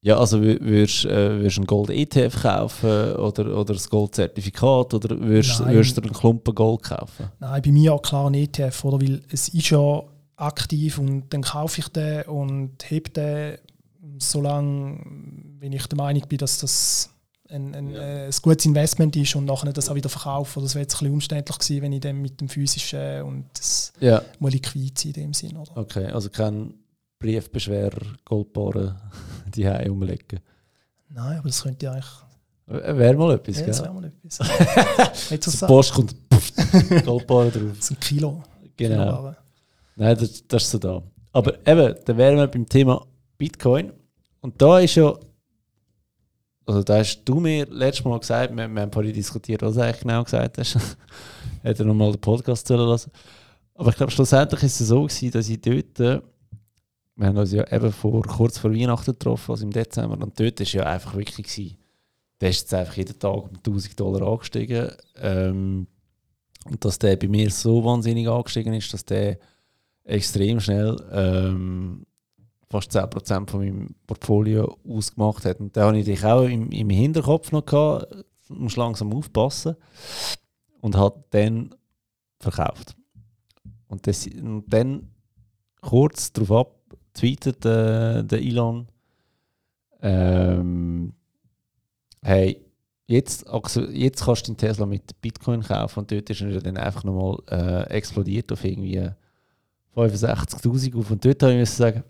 Ja, also würdest du äh, einen Gold-E T F kaufen oder, oder ein Gold-Zertifikat oder würdest, würdest du einen Klumpen Gold kaufen? Nein, bei mir klar ein E T F, oder? Weil es ist ja aktiv und dann kaufe ich den und hebe den, solange wenn ich der Meinung bin, dass das ein, ein, ja. äh, ein gutes Investment ist und nachher das auch wieder verkaufe. Das wäre jetzt ein bisschen umständlich gewesen, wenn ich dann mit dem physischen und das ja. muss liquid sein in dem Sinn. Oder? Okay, also kein Briefbeschwerer, Goldbarren die Hause umlegen. Nein, aber das könnte ja eigentlich... Wäre mal etwas, ja, gell? das wäre mal etwas. Nicht so die Post kommt Goldbarren drauf. Das ist ein Kilo. Genau. Kilo Nein, das, das ist so da. Aber eben, dann wären wir beim Thema Bitcoin. Und da ist ja... Also da hast du mir letztes Mal gesagt, wir, wir haben vorhin diskutiert, was du eigentlich genau gesagt hast. Hätte nochmal den Podcast zählen lassen. Aber ich glaube, schlussendlich war es so gewesen, dass ich dort... Wir haben uns ja eben vor, kurz vor Weihnachten getroffen, also im Dezember. Und dort war ja einfach wirklich, gewesen, der ist jetzt einfach jeden Tag um tausend Dollar angestiegen. Ähm, und dass der bei mir so wahnsinnig angestiegen ist, dass der extrem schnell ähm, fast zehn Prozent von meinem Portfolio ausgemacht hat. Und da habe ich dich auch im, im Hinterkopf noch gehabt, musst langsam aufpassen. Und hat dann verkauft. Und, das, und dann kurz darauf ab, tweetet äh, der Elon, ähm, hey, jetzt, jetzt kannst du den Tesla mit Bitcoin kaufen und dort ist er dann einfach nochmal äh, explodiert auf irgendwie fünfundsechzigtausend auf und dort habe ich müssen sagen,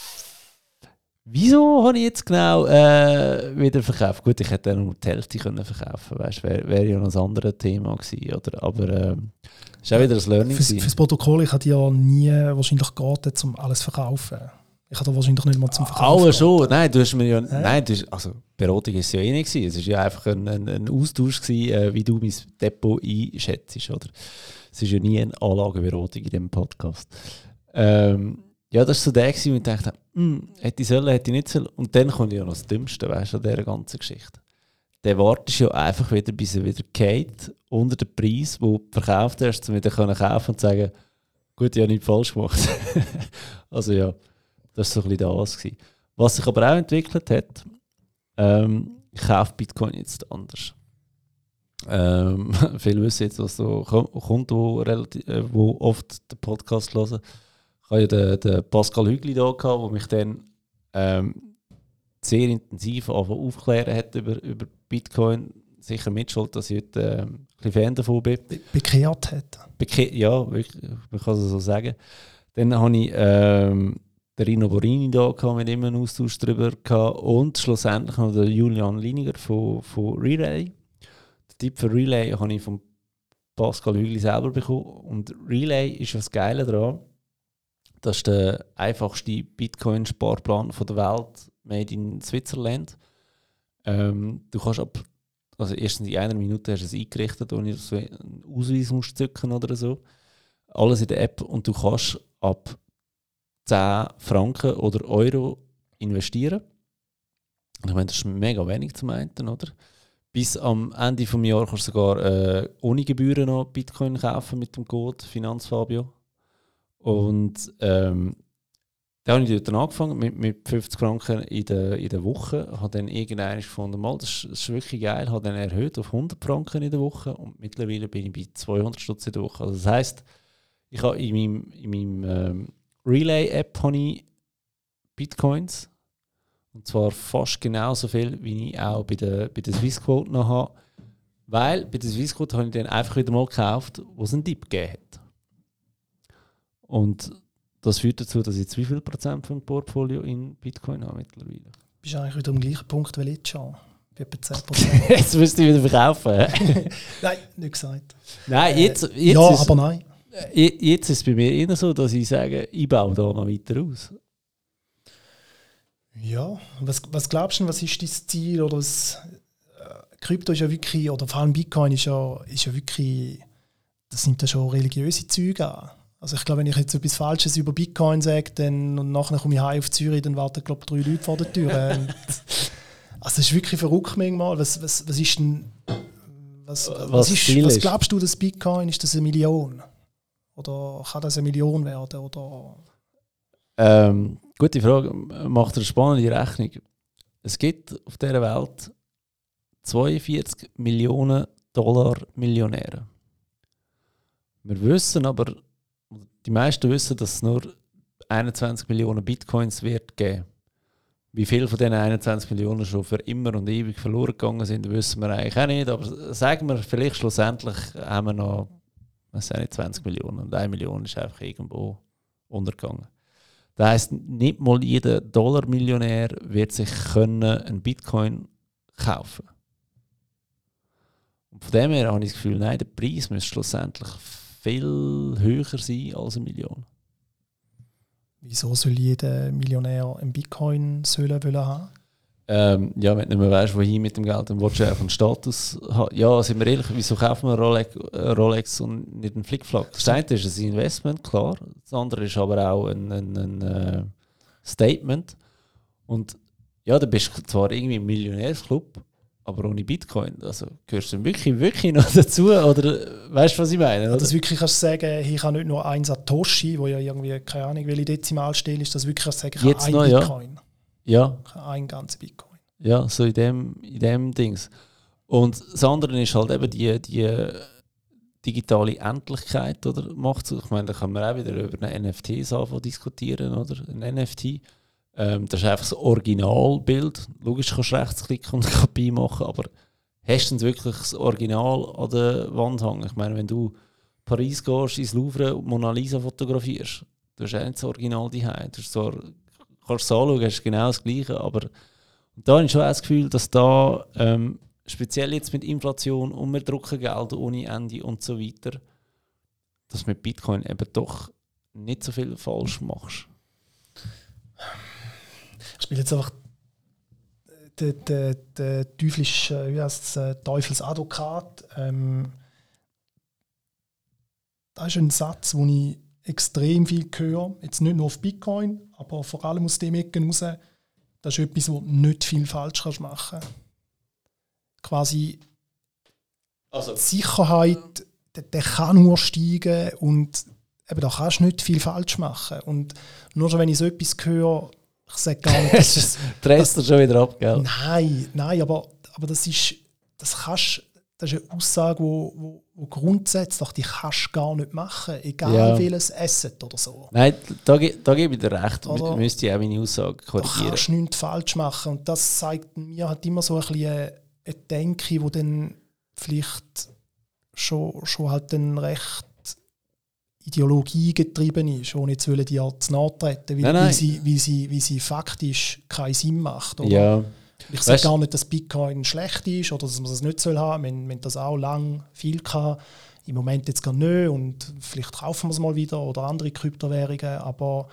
wieso habe ich jetzt genau äh, wieder verkauft? Gut, ich hätte dann nur die Hälfte können verkaufen, weißt, wäre wär ja noch ein anderes Thema gewesen, oder? Aber ähm, das ist auch wieder ein Learning. Für das Protokoll, ich hatte ja nie wahrscheinlich geraten, um alles zu verkaufen. Ich hatte wahrscheinlich nicht mal zum Verkaufen. Auch schon. Nein, du hast mir ja... Äh? Nein, du hast, also Beratung war es ja eh nicht gewesen. Es war ja einfach ein, ein, ein Austausch gewesen, äh, wie du mein Depot einschätzt, oder? Es ist ja nie eine Anlageberatung in diesem Podcast. Ähm, ja, das war so der gewesen, wo ich dachte, hm, hätte ich sollen, hätte ich nicht sollen. Und dann kommt ja noch das Dümmste, weißt du, an dieser ganzen Geschichte. Dann wartest du ja einfach wieder, bis er wieder geht unter den Preis, den du verkauft hast, um wieder kaufen können und zu sagen, gut, ich habe nichts falsch gemacht. Also ja, das war so ein bisschen das gewesen. Was sich aber auch entwickelt hat, ähm, ich kaufe Bitcoin jetzt anders. Ähm, viele wissen jetzt, was so kommt, wo, relativ, äh, wo oft den Podcast hören. Ich hatte ja den, den Pascal Hügli da gehabt, der mich dann ähm, sehr intensiv aufklären hat über, über Bitcoin. Sicher mitschuld, dass ich heute äh, ein bisschen Fan davon bin. Be- bekehrt hat. Beke- ja, wirklich, man kann es so sagen. Dann habe ich ähm, den Rino Borini da gehabt, mit ihm einen Austausch darüber gehabt und schlussendlich noch den Julian Liniger von, von Relay. Den Tipp für Relay habe ich von Pascal Hügli selber bekommen. Und Relay ist das Geile daran. Das ist der einfachste Bitcoin-Sparplan der Welt, made in Switzerland. Ähm, du kannst ab, also erstens in einer Minute hast du es eingerichtet, ohne dass du einen Ausweis musst zücken oder so. Alles in der App und du kannst ab zehn Franken oder Euro investieren. Ich meine, das ist mega wenig zum einen, oder? Bis am Ende des Jahres kannst du sogar äh, ohne Gebühren noch Bitcoin kaufen mit dem Code Finanzfabio. Und ähm, da habe ich dort angefangen mit, mit fünfzig Franken in der, in der Woche. Habe dann irgendwann gefunden, mal, das, ist, das ist wirklich geil. Habe dann erhöht auf hundert Franken in der Woche und mittlerweile bin ich bei zweihundert Stutz in der Woche. Also das heisst, ich habe in meinem, in meinem ähm, Relay-App habe ich Bitcoins. Und zwar fast genauso viel, wie ich auch bei der, bei der Swissquote noch habe. Weil bei der Swissquote habe ich dann einfach wieder mal gekauft, wo es einen Dip gegeben hat. Und das führt dazu, dass ich jetzt wie viel Prozent vom Portfolio in Bitcoin habe mittlerweile. Du bist eigentlich wieder am gleichen Punkt wie jetzt schon. Bei etwa zehn Prozent. Jetzt müsst ihr wieder verkaufen. Nein, nicht gesagt. Nein, jetzt, jetzt ja, ist, aber nein. Jetzt ist es bei mir immer so, dass ich sage, ich baue da noch weiter aus. Ja, was, was glaubst du, was ist dein Ziel? Oder was, äh, Krypto ist ja wirklich, oder vor allem Bitcoin ist ja, ist ja wirklich, das nimmt ja schon religiöse Züge an. Also ich glaube, wenn ich jetzt etwas Falsches über Bitcoin sage, dann, und nachher komme ich heim auf Zürich, dann warten, glaube ich, drei Leute vor der Tür. also es ist wirklich verrückt manchmal. Was, was, was ist denn, was, was, was, ist, was glaubst du, dass Bitcoin, ist das eine Million? Oder kann das eine Million werden? Oder? Ähm, gute Frage. Macht eine spannende Rechnung. es gibt auf dieser Welt zweiundvierzig Millionen Dollar Millionäre. Wir wissen aber, die meisten wissen, dass es nur einundzwanzig Millionen Bitcoins wird geben. Wie viele von diesen einundzwanzig Millionen schon für immer und ewig verloren gegangen sind, wissen wir eigentlich auch nicht. Aber sagen wir, vielleicht schlussendlich haben wir noch, was sind nicht, zwanzig Millionen und eine Million ist einfach irgendwo untergegangen. Das heisst, nicht mal jeder Dollar-Millionär wird sich können einen Bitcoin kaufen. Und von dem her habe ich das Gefühl, nein, der Preis müsste schlussendlich viel höher sein als eine Million. Wieso soll jeder Millionär einen Bitcoin sollen wollen haben? Ähm, ja, wenn du nicht mehr weißt, wohin mit dem Geld, dann willst du einfach einen Status haben. Ja, sind wir ehrlich, wieso kaufen wir Rolex, äh, Rolex und nicht einen Flickflack? Das eine ist ein Investment, klar. Das andere ist aber auch ein, ein, ein äh, Statement. Und ja, du bist zwar irgendwie im Millionärsclub, aber ohne Bitcoin. Also gehörst du wirklich, wirklich noch dazu? Oder weißt du, was ich meine? Oder? Das wirklich kannst du sagen, ich habe nicht nur ein Satoshi, wo ja irgendwie, keine Ahnung, welche Dezimalstelle ist, das wirklich kannst du sagen, ich Jetzt habe noch, ein ja. Bitcoin. Ja. Ich habe ein ganzes Bitcoin. Ja, so in dem, in dem Dings. Und das andere ist halt eben die, die digitale Endlichkeit, oder? Macht's. Ich meine, da kann man auch wieder über eine N F Ts anfangen diskutieren, oder? Ein N F T. Ähm, das ist einfach das Originalbild. Logisch kannst du rechtsklicken und eine Kopie machen, aber hast du wirklich das Original an der Wand hängen? Ich meine, wenn du Paris gehst, ins Louvre und Mona Lisa fotografierst, du hast auch nicht das Original daheim. Du hast zwar, kannst es anschauen, hast genau das Gleiche, aber und da habe ich schon das Gefühl, dass da ähm, speziell jetzt mit Inflation und wir drucken Geld ohne Ende und so weiter, dass mit Bitcoin eben doch nicht so viel falsch machst. Ich spiele jetzt einfach der, der, der teuflische, wie heißt es, Teufelsadvokat. Ähm, das ist ein Satz, den ich extrem viel höre. Jetzt nicht nur auf Bitcoin, aber vor allem aus dem Ecken raus. Das ist etwas, wo du nicht viel falsch machen kannst. Quasi also. Die Sicherheit, der, der kann nur steigen und eben, da kannst du nicht viel falsch machen. Und nur schon, wenn ich so etwas höre, ich sage gar nicht, dass es... Drehst du schon wieder ab, gell? Nein, nein, aber, aber das ist, das kannst, das ist eine Aussage, wo, wo, wo grundsätzlich die kannst du gar nicht machen, egal ja. welches Asset oder so. Nein, da, da gebe ich dir recht, oder, müsste ich auch meine Aussage korrigieren. Da kannst du nichts falsch machen und das zeigt mir halt immer so ein bisschen eine, eine Denke, die dann vielleicht schon, schon halt dann recht Ideologie getrieben ist, ohne jetzt die Art zu nachtreten, weil, nein, nein. weil, sie, weil, sie, weil sie faktisch keinen Sinn macht. Oder? Ja. Ich sage gar nicht, dass Bitcoin schlecht ist oder dass man es nicht soll haben. Wir haben das auch lange viel gehabt. Im Moment jetzt gar nicht und vielleicht kaufen wir es mal wieder oder andere Kryptowährungen, aber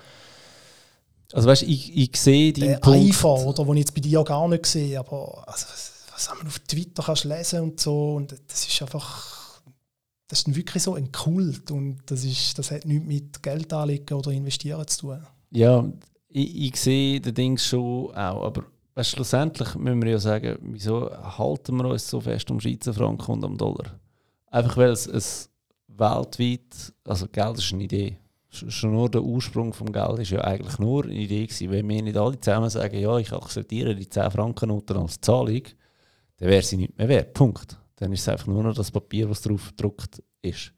also weißt, ich, ich sehe die der Eifer, oder, den ich jetzt bei dir gar nicht sehe, aber also, was man auf Twitter kannst lesen und so, und das ist einfach, das ist wirklich so ein Kult und das, ist, das hat nichts mit Geld anlegen oder investieren zu tun. Ja, ich, ich sehe den Ding schon auch, aber weißt, schlussendlich müssen wir ja sagen, wieso halten wir uns so fest am Schweizer Franken und am Dollar? Einfach weil es, es weltweit, also Geld ist eine Idee. Schon nur der Ursprung des Geldes ist ja eigentlich nur eine Idee gewesen. Wenn wir nicht alle zusammen sagen, ja, ich akzeptiere die zehn Franken Noten als Zahlung, dann wäre sie nicht mehr wert. Punkt. Dann ist es einfach nur noch das Papier, das drauf gedruckt ist.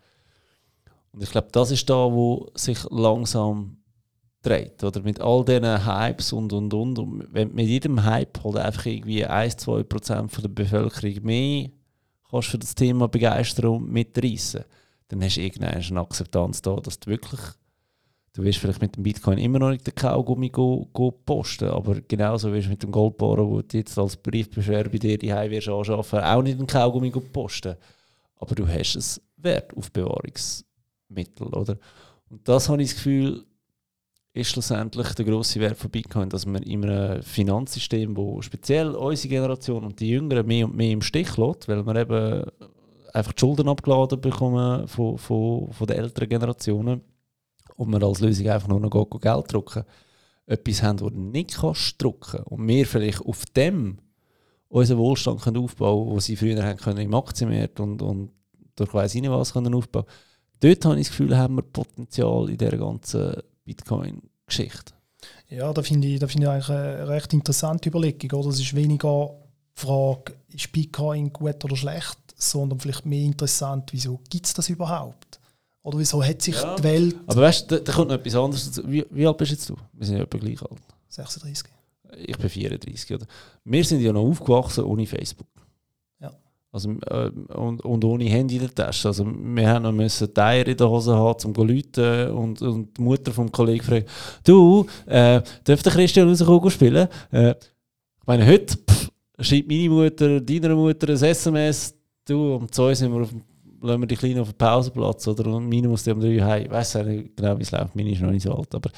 Und ich glaube, das ist da, wo sich langsam dreht. Oder mit all diesen Hypes und und und. Und wenn mit jedem Hype halt einfach irgendwie ein bis zwei Prozent von der Bevölkerung mehr kannst für das Thema begeistern und mitreißen, dann hast du irgendwann eine Akzeptanz da, dass du wirklich, du wirst vielleicht mit dem Bitcoin immer noch nicht den Kaugummi go, go posten, aber genauso wirst du mit dem Goldbarren, wo du jetzt als Briefbeschwerer bei dir die Heim wirst anschaffen, auch nicht den Kaugummi go posten. Aber du hast es Wert, Aufbewahrungsmittel, oder? Und das habe ich das Gefühl, ist schlussendlich der grosse Wert von Bitcoin, dass wir in einem Finanzsystem, wo speziell unsere Generation und die Jüngeren mehr und mehr im Stich lässt, weil wir eben einfach die Schulden abgeladen bekommen von, von, von den älteren Generationen und wir als Lösung einfach nur noch Geld drucken, etwas haben, das du nicht kannst drucken und wir vielleicht auf dem unseren Wohlstand können aufbauen können, den sie früher haben können im Aktienmarkt und, und durch weiss ich nicht was können aufbauen. Dort habe ich das Gefühl, haben wir Potenzial in dieser ganzen Bitcoin-Geschichte. Ja, da finde ich, da find ich eigentlich eine recht interessante Überlegung. Oder? Es ist weniger die Frage, ist Bitcoin gut oder schlecht, sondern vielleicht mehr interessant, wieso gibt es das überhaupt? Oder wieso hat sich ja. die Welt... Aber weißt du, da, da kommt noch etwas anderes dazu. Wie, wie alt bist jetzt du? Wir sind ja etwa gleich alt. sechsunddreißig. Ich bin vierunddreißig. Oder? Wir sind ja noch aufgewachsen ohne Facebook. Ja. Also, äh, und, und ohne Handy in der Tasche. Also, wir haben noch müssen die Eier in der Hose haben, um zu rufen. Und, und die Mutter vom Kollegen fragt, du, äh, darf der Christian rauskommen spielen? Äh, ich meine, heute pff, schreibt meine Mutter, deiner Mutter ein S M S, du, um zwei sind wir auf dem, lassen wir die Kleinen auf den Pausenplatz, oder? Und meine muss die um drei heim. Ich weiss nicht genau, wie es läuft. Meine ist noch nicht so alt. Aber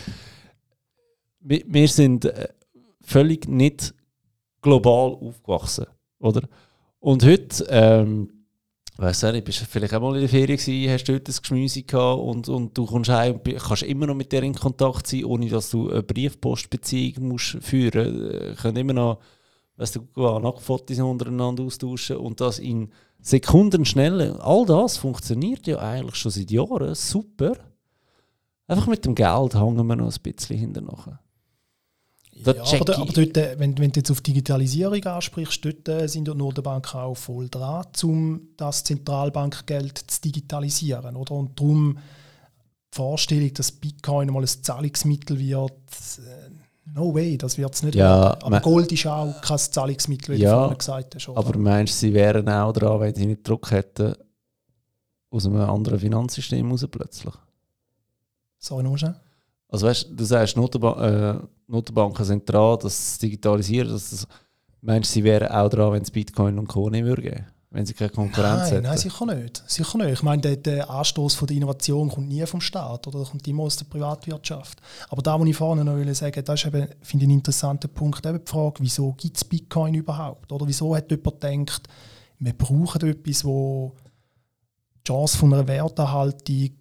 wir, wir sind äh, völlig nicht global aufgewachsen, oder? Und heute, ähm, weiss nicht, bist du vielleicht auch mal in der Ferien gewesen, hast du heute ein Geschmäuse gehabt und, und du kommst heim und kannst immer noch mit dir in Kontakt sein, ohne dass du eine Briefpostbeziehung musst führen musst. Äh, können immer noch, weißt du, Nacktfotos untereinander austauschen und das in Sekunden schnell. All das funktioniert ja eigentlich schon seit Jahren super. Einfach mit dem Geld hängen wir noch ein bisschen hinterher. Ja, aber, aber dort, wenn, wenn du jetzt auf Digitalisierung ansprichst, dort sind ja Notenbanken auch voll dran, um das Zentralbankgeld zu digitalisieren. Oder? Und darum die Vorstellung, dass Bitcoin mal ein Zahlungsmittel wird, no way, das wird es nicht ja, werden. Aber Gold ist auch kein Zahlungsmittel, wie ja, du vorhin gesagt hast. Oder? Aber meinst du, sie wären auch dran, wenn sie nicht Druck hätten, aus einem anderen Finanzsystem raus plötzlich? Sorry, noch schnell. Also weißt, du sagst, Notenba- äh, Notenbanken sind dran, das zu digitalisieren. Dass das, meinst du, sie wären auch dran, wenn es Bitcoin und Co. nicht würde geben, wenn sie keine Konkurrenz nein, hätten? Nein, sicher nicht. Sicher nicht. Ich meine, der, der Anstoß von der Innovation kommt nie vom Staat, oder? Der kommt immer aus der Privatwirtschaft. Aber da, was ich vorhin noch will sagen, das ist eben, finde ich, ein interessanter Punkt, eben die Frage, wieso gibt es Bitcoin überhaupt? Oder wieso hat jemand gedacht, wir brauchen etwas, wo die Chance von einer Werterhaltung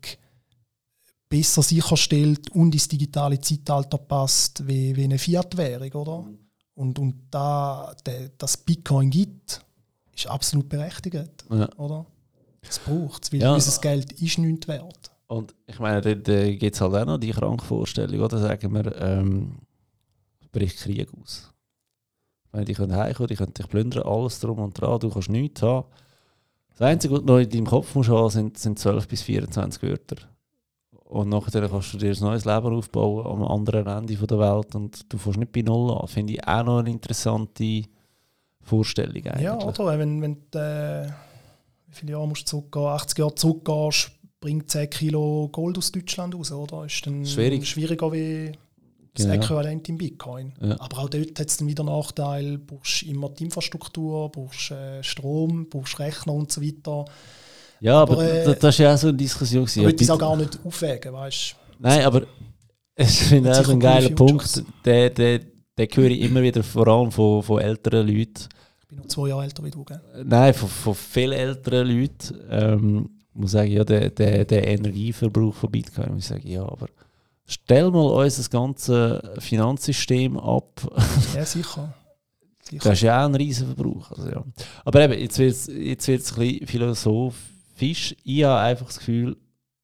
besser sicherstellt und ins digitale Zeitalter passt wie, wie eine Fiat-Währung, oder? Und, und da, de, dass Bitcoin gibt, ist absolut berechtigt, ja. oder? Das braucht es, weil ja. unser Geld ist nichts wert. Und ich meine, da, da gibt es halt auch noch die kranke Vorstellung, oder? Sagen wir, ähm, bricht Krieg aus. Ich meine, die können heimkommen, die können dich plündern, alles drum und dran, du kannst nichts haben. Das Einzige, was du noch in deinem Kopf musst haben, sind, sind zwölf bis vierundzwanzig Wörter. Und nachher kannst du dir ein neues Leben aufbauen am anderen Ende der Welt und du fängst nicht bei Null an. Finde ich auch noch eine interessante Vorstellung eigentlich. Ja, oder? Wenn, wenn du, äh, wie viele Jahre musst du zurückgehen, achtzig Jahre zurückgehst, bringt zehn Kilo Gold aus Deutschland raus, oder? Ist dann Schwierig. schwieriger wie das genau. Äquivalent im Bitcoin. Ja. Aber auch dort hat es dann wieder Nachteil, du brauchst immer die Infrastruktur, brauchst äh, Strom, brauchst Rechner und so weiter. Ja, aber, aber äh, das war ja auch so eine Diskussion. Ich würde es auch gar nicht aufwägen, weißt du? Nein, aber ich finde auch so ein geiler Punkt, den, den, den höre ich immer wieder, vor allem von, von älteren Leuten. Ich bin noch zwei Jahre älter wie du, gell? Nein, von, von viel älteren Leuten. Ähm, ich muss sagen, ja, der, der, der Energieverbrauch von Bitcoin, ich sage, ja, aber stell mal unser ganzes Finanzsystem ab. Ja, sicher. sicher. Das ist ja auch ein riesen Verbrauch. Also, ja. Aber eben, jetzt wird es jetzt wird's ein bisschen philosophisch. Ich habe einfach das Gefühl,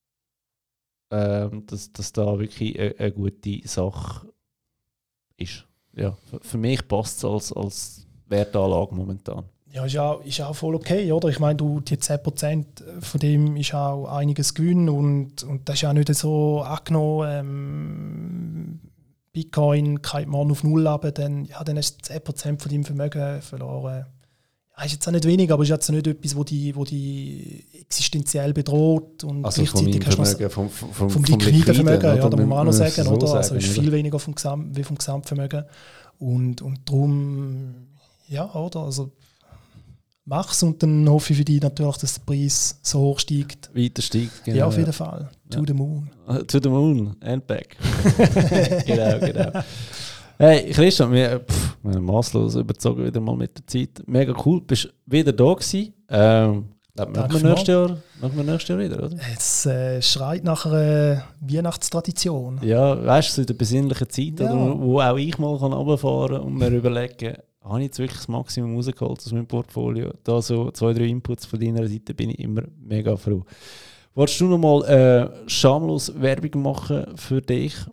ähm, dass, dass da wirklich eine, eine gute Sache ist. Ja, für, für mich passt es als, als Wertanlage momentan. Ja, ist auch, ist auch voll okay, oder? Ich meine, du, die zehn Prozent von dem ist auch einiges Gewinn und, und das ist auch nicht so angenommen, ähm, Bitcoin kann morgen auf Null runter, dann, ja, dann hast du zehn Prozent von deinem Vermögen verloren. Ja, ist jetzt auch nicht wenig, aber ist jetzt nicht etwas, wo die, wo die existenziell bedroht. Und also gleichzeitig vom Vermögen, vom, vom, vom, vom liquiden Vermögen, ja, da muss man auch noch sagen, so oder? Sagen, also ist oder? viel weniger vom, Gesamt, wie vom Gesamtvermögen. Und, und darum, ja, oder? Also mach's und dann hoffe ich für dich natürlich, dass der Preis so hoch steigt. Weiter steigt, genau. Ja, auf jeden Fall. To ja. the moon. To the moon and back. Genau, genau. Hey Christian, wir haben masslos überzogen wieder mal mit der Zeit. Mega cool, bist du wieder da gewesen. Ähm, machen wir nächstes Jahr, machen wir nächstes Jahr wieder, oder? Es äh, schreit nach einer Weihnachtstradition. Ja, weißt du, so in der besinnlichen Zeit, ja. oder, wo auch ich mal runterfahren kann und mir überlegen, habe ich jetzt wirklich das Maximum rausgeholt aus meinem Portfolio? Da so zwei, drei Inputs von deiner Seite bin ich immer mega froh. Wolltest du noch mal äh, schamlos Werbung machen für dich?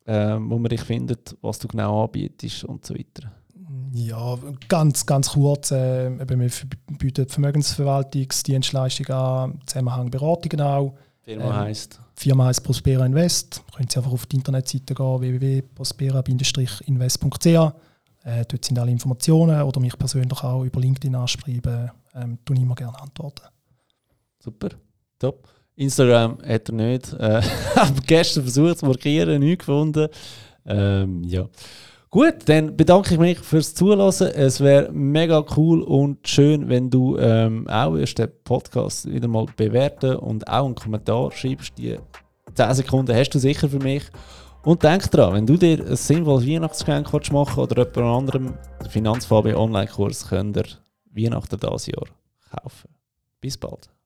äh, wo man dich findet, was du genau anbietest und so weiter? Ja, ganz, ganz kurz. Äh, eben wir bieten Vermögensverwaltungsdienstleistungen an, Zusammenhang Beratungen auch. Die Firma ähm, heisst? Die Firma heisst Prospera Invest. Können Sie einfach auf die Internetseite gehen, w w w punkt prospera invest punkt c h. Äh, dort sind alle Informationen oder mich persönlich auch über LinkedIn anschreiben. Ähm, tue ich immer gerne antworten. Super, top. Instagram hat er nicht. Äh, habe gestern versucht zu markieren, nichts gefunden. Ähm, ja. Gut, dann bedanke ich mich fürs Zuhören. Es wäre mega cool und schön, wenn du ähm, auch erst den Podcast wieder mal bewerten und auch einen Kommentar schreibst. Die zehn Sekunden hast du sicher für mich. Und denk dran, wenn du dir ein sinnvolles Weihnachtsgeschenk machen oder jemand anderem, den Finanzfabio Online-Kurs könnt ihr Weihnachten dieses Jahr kaufen. Bis bald.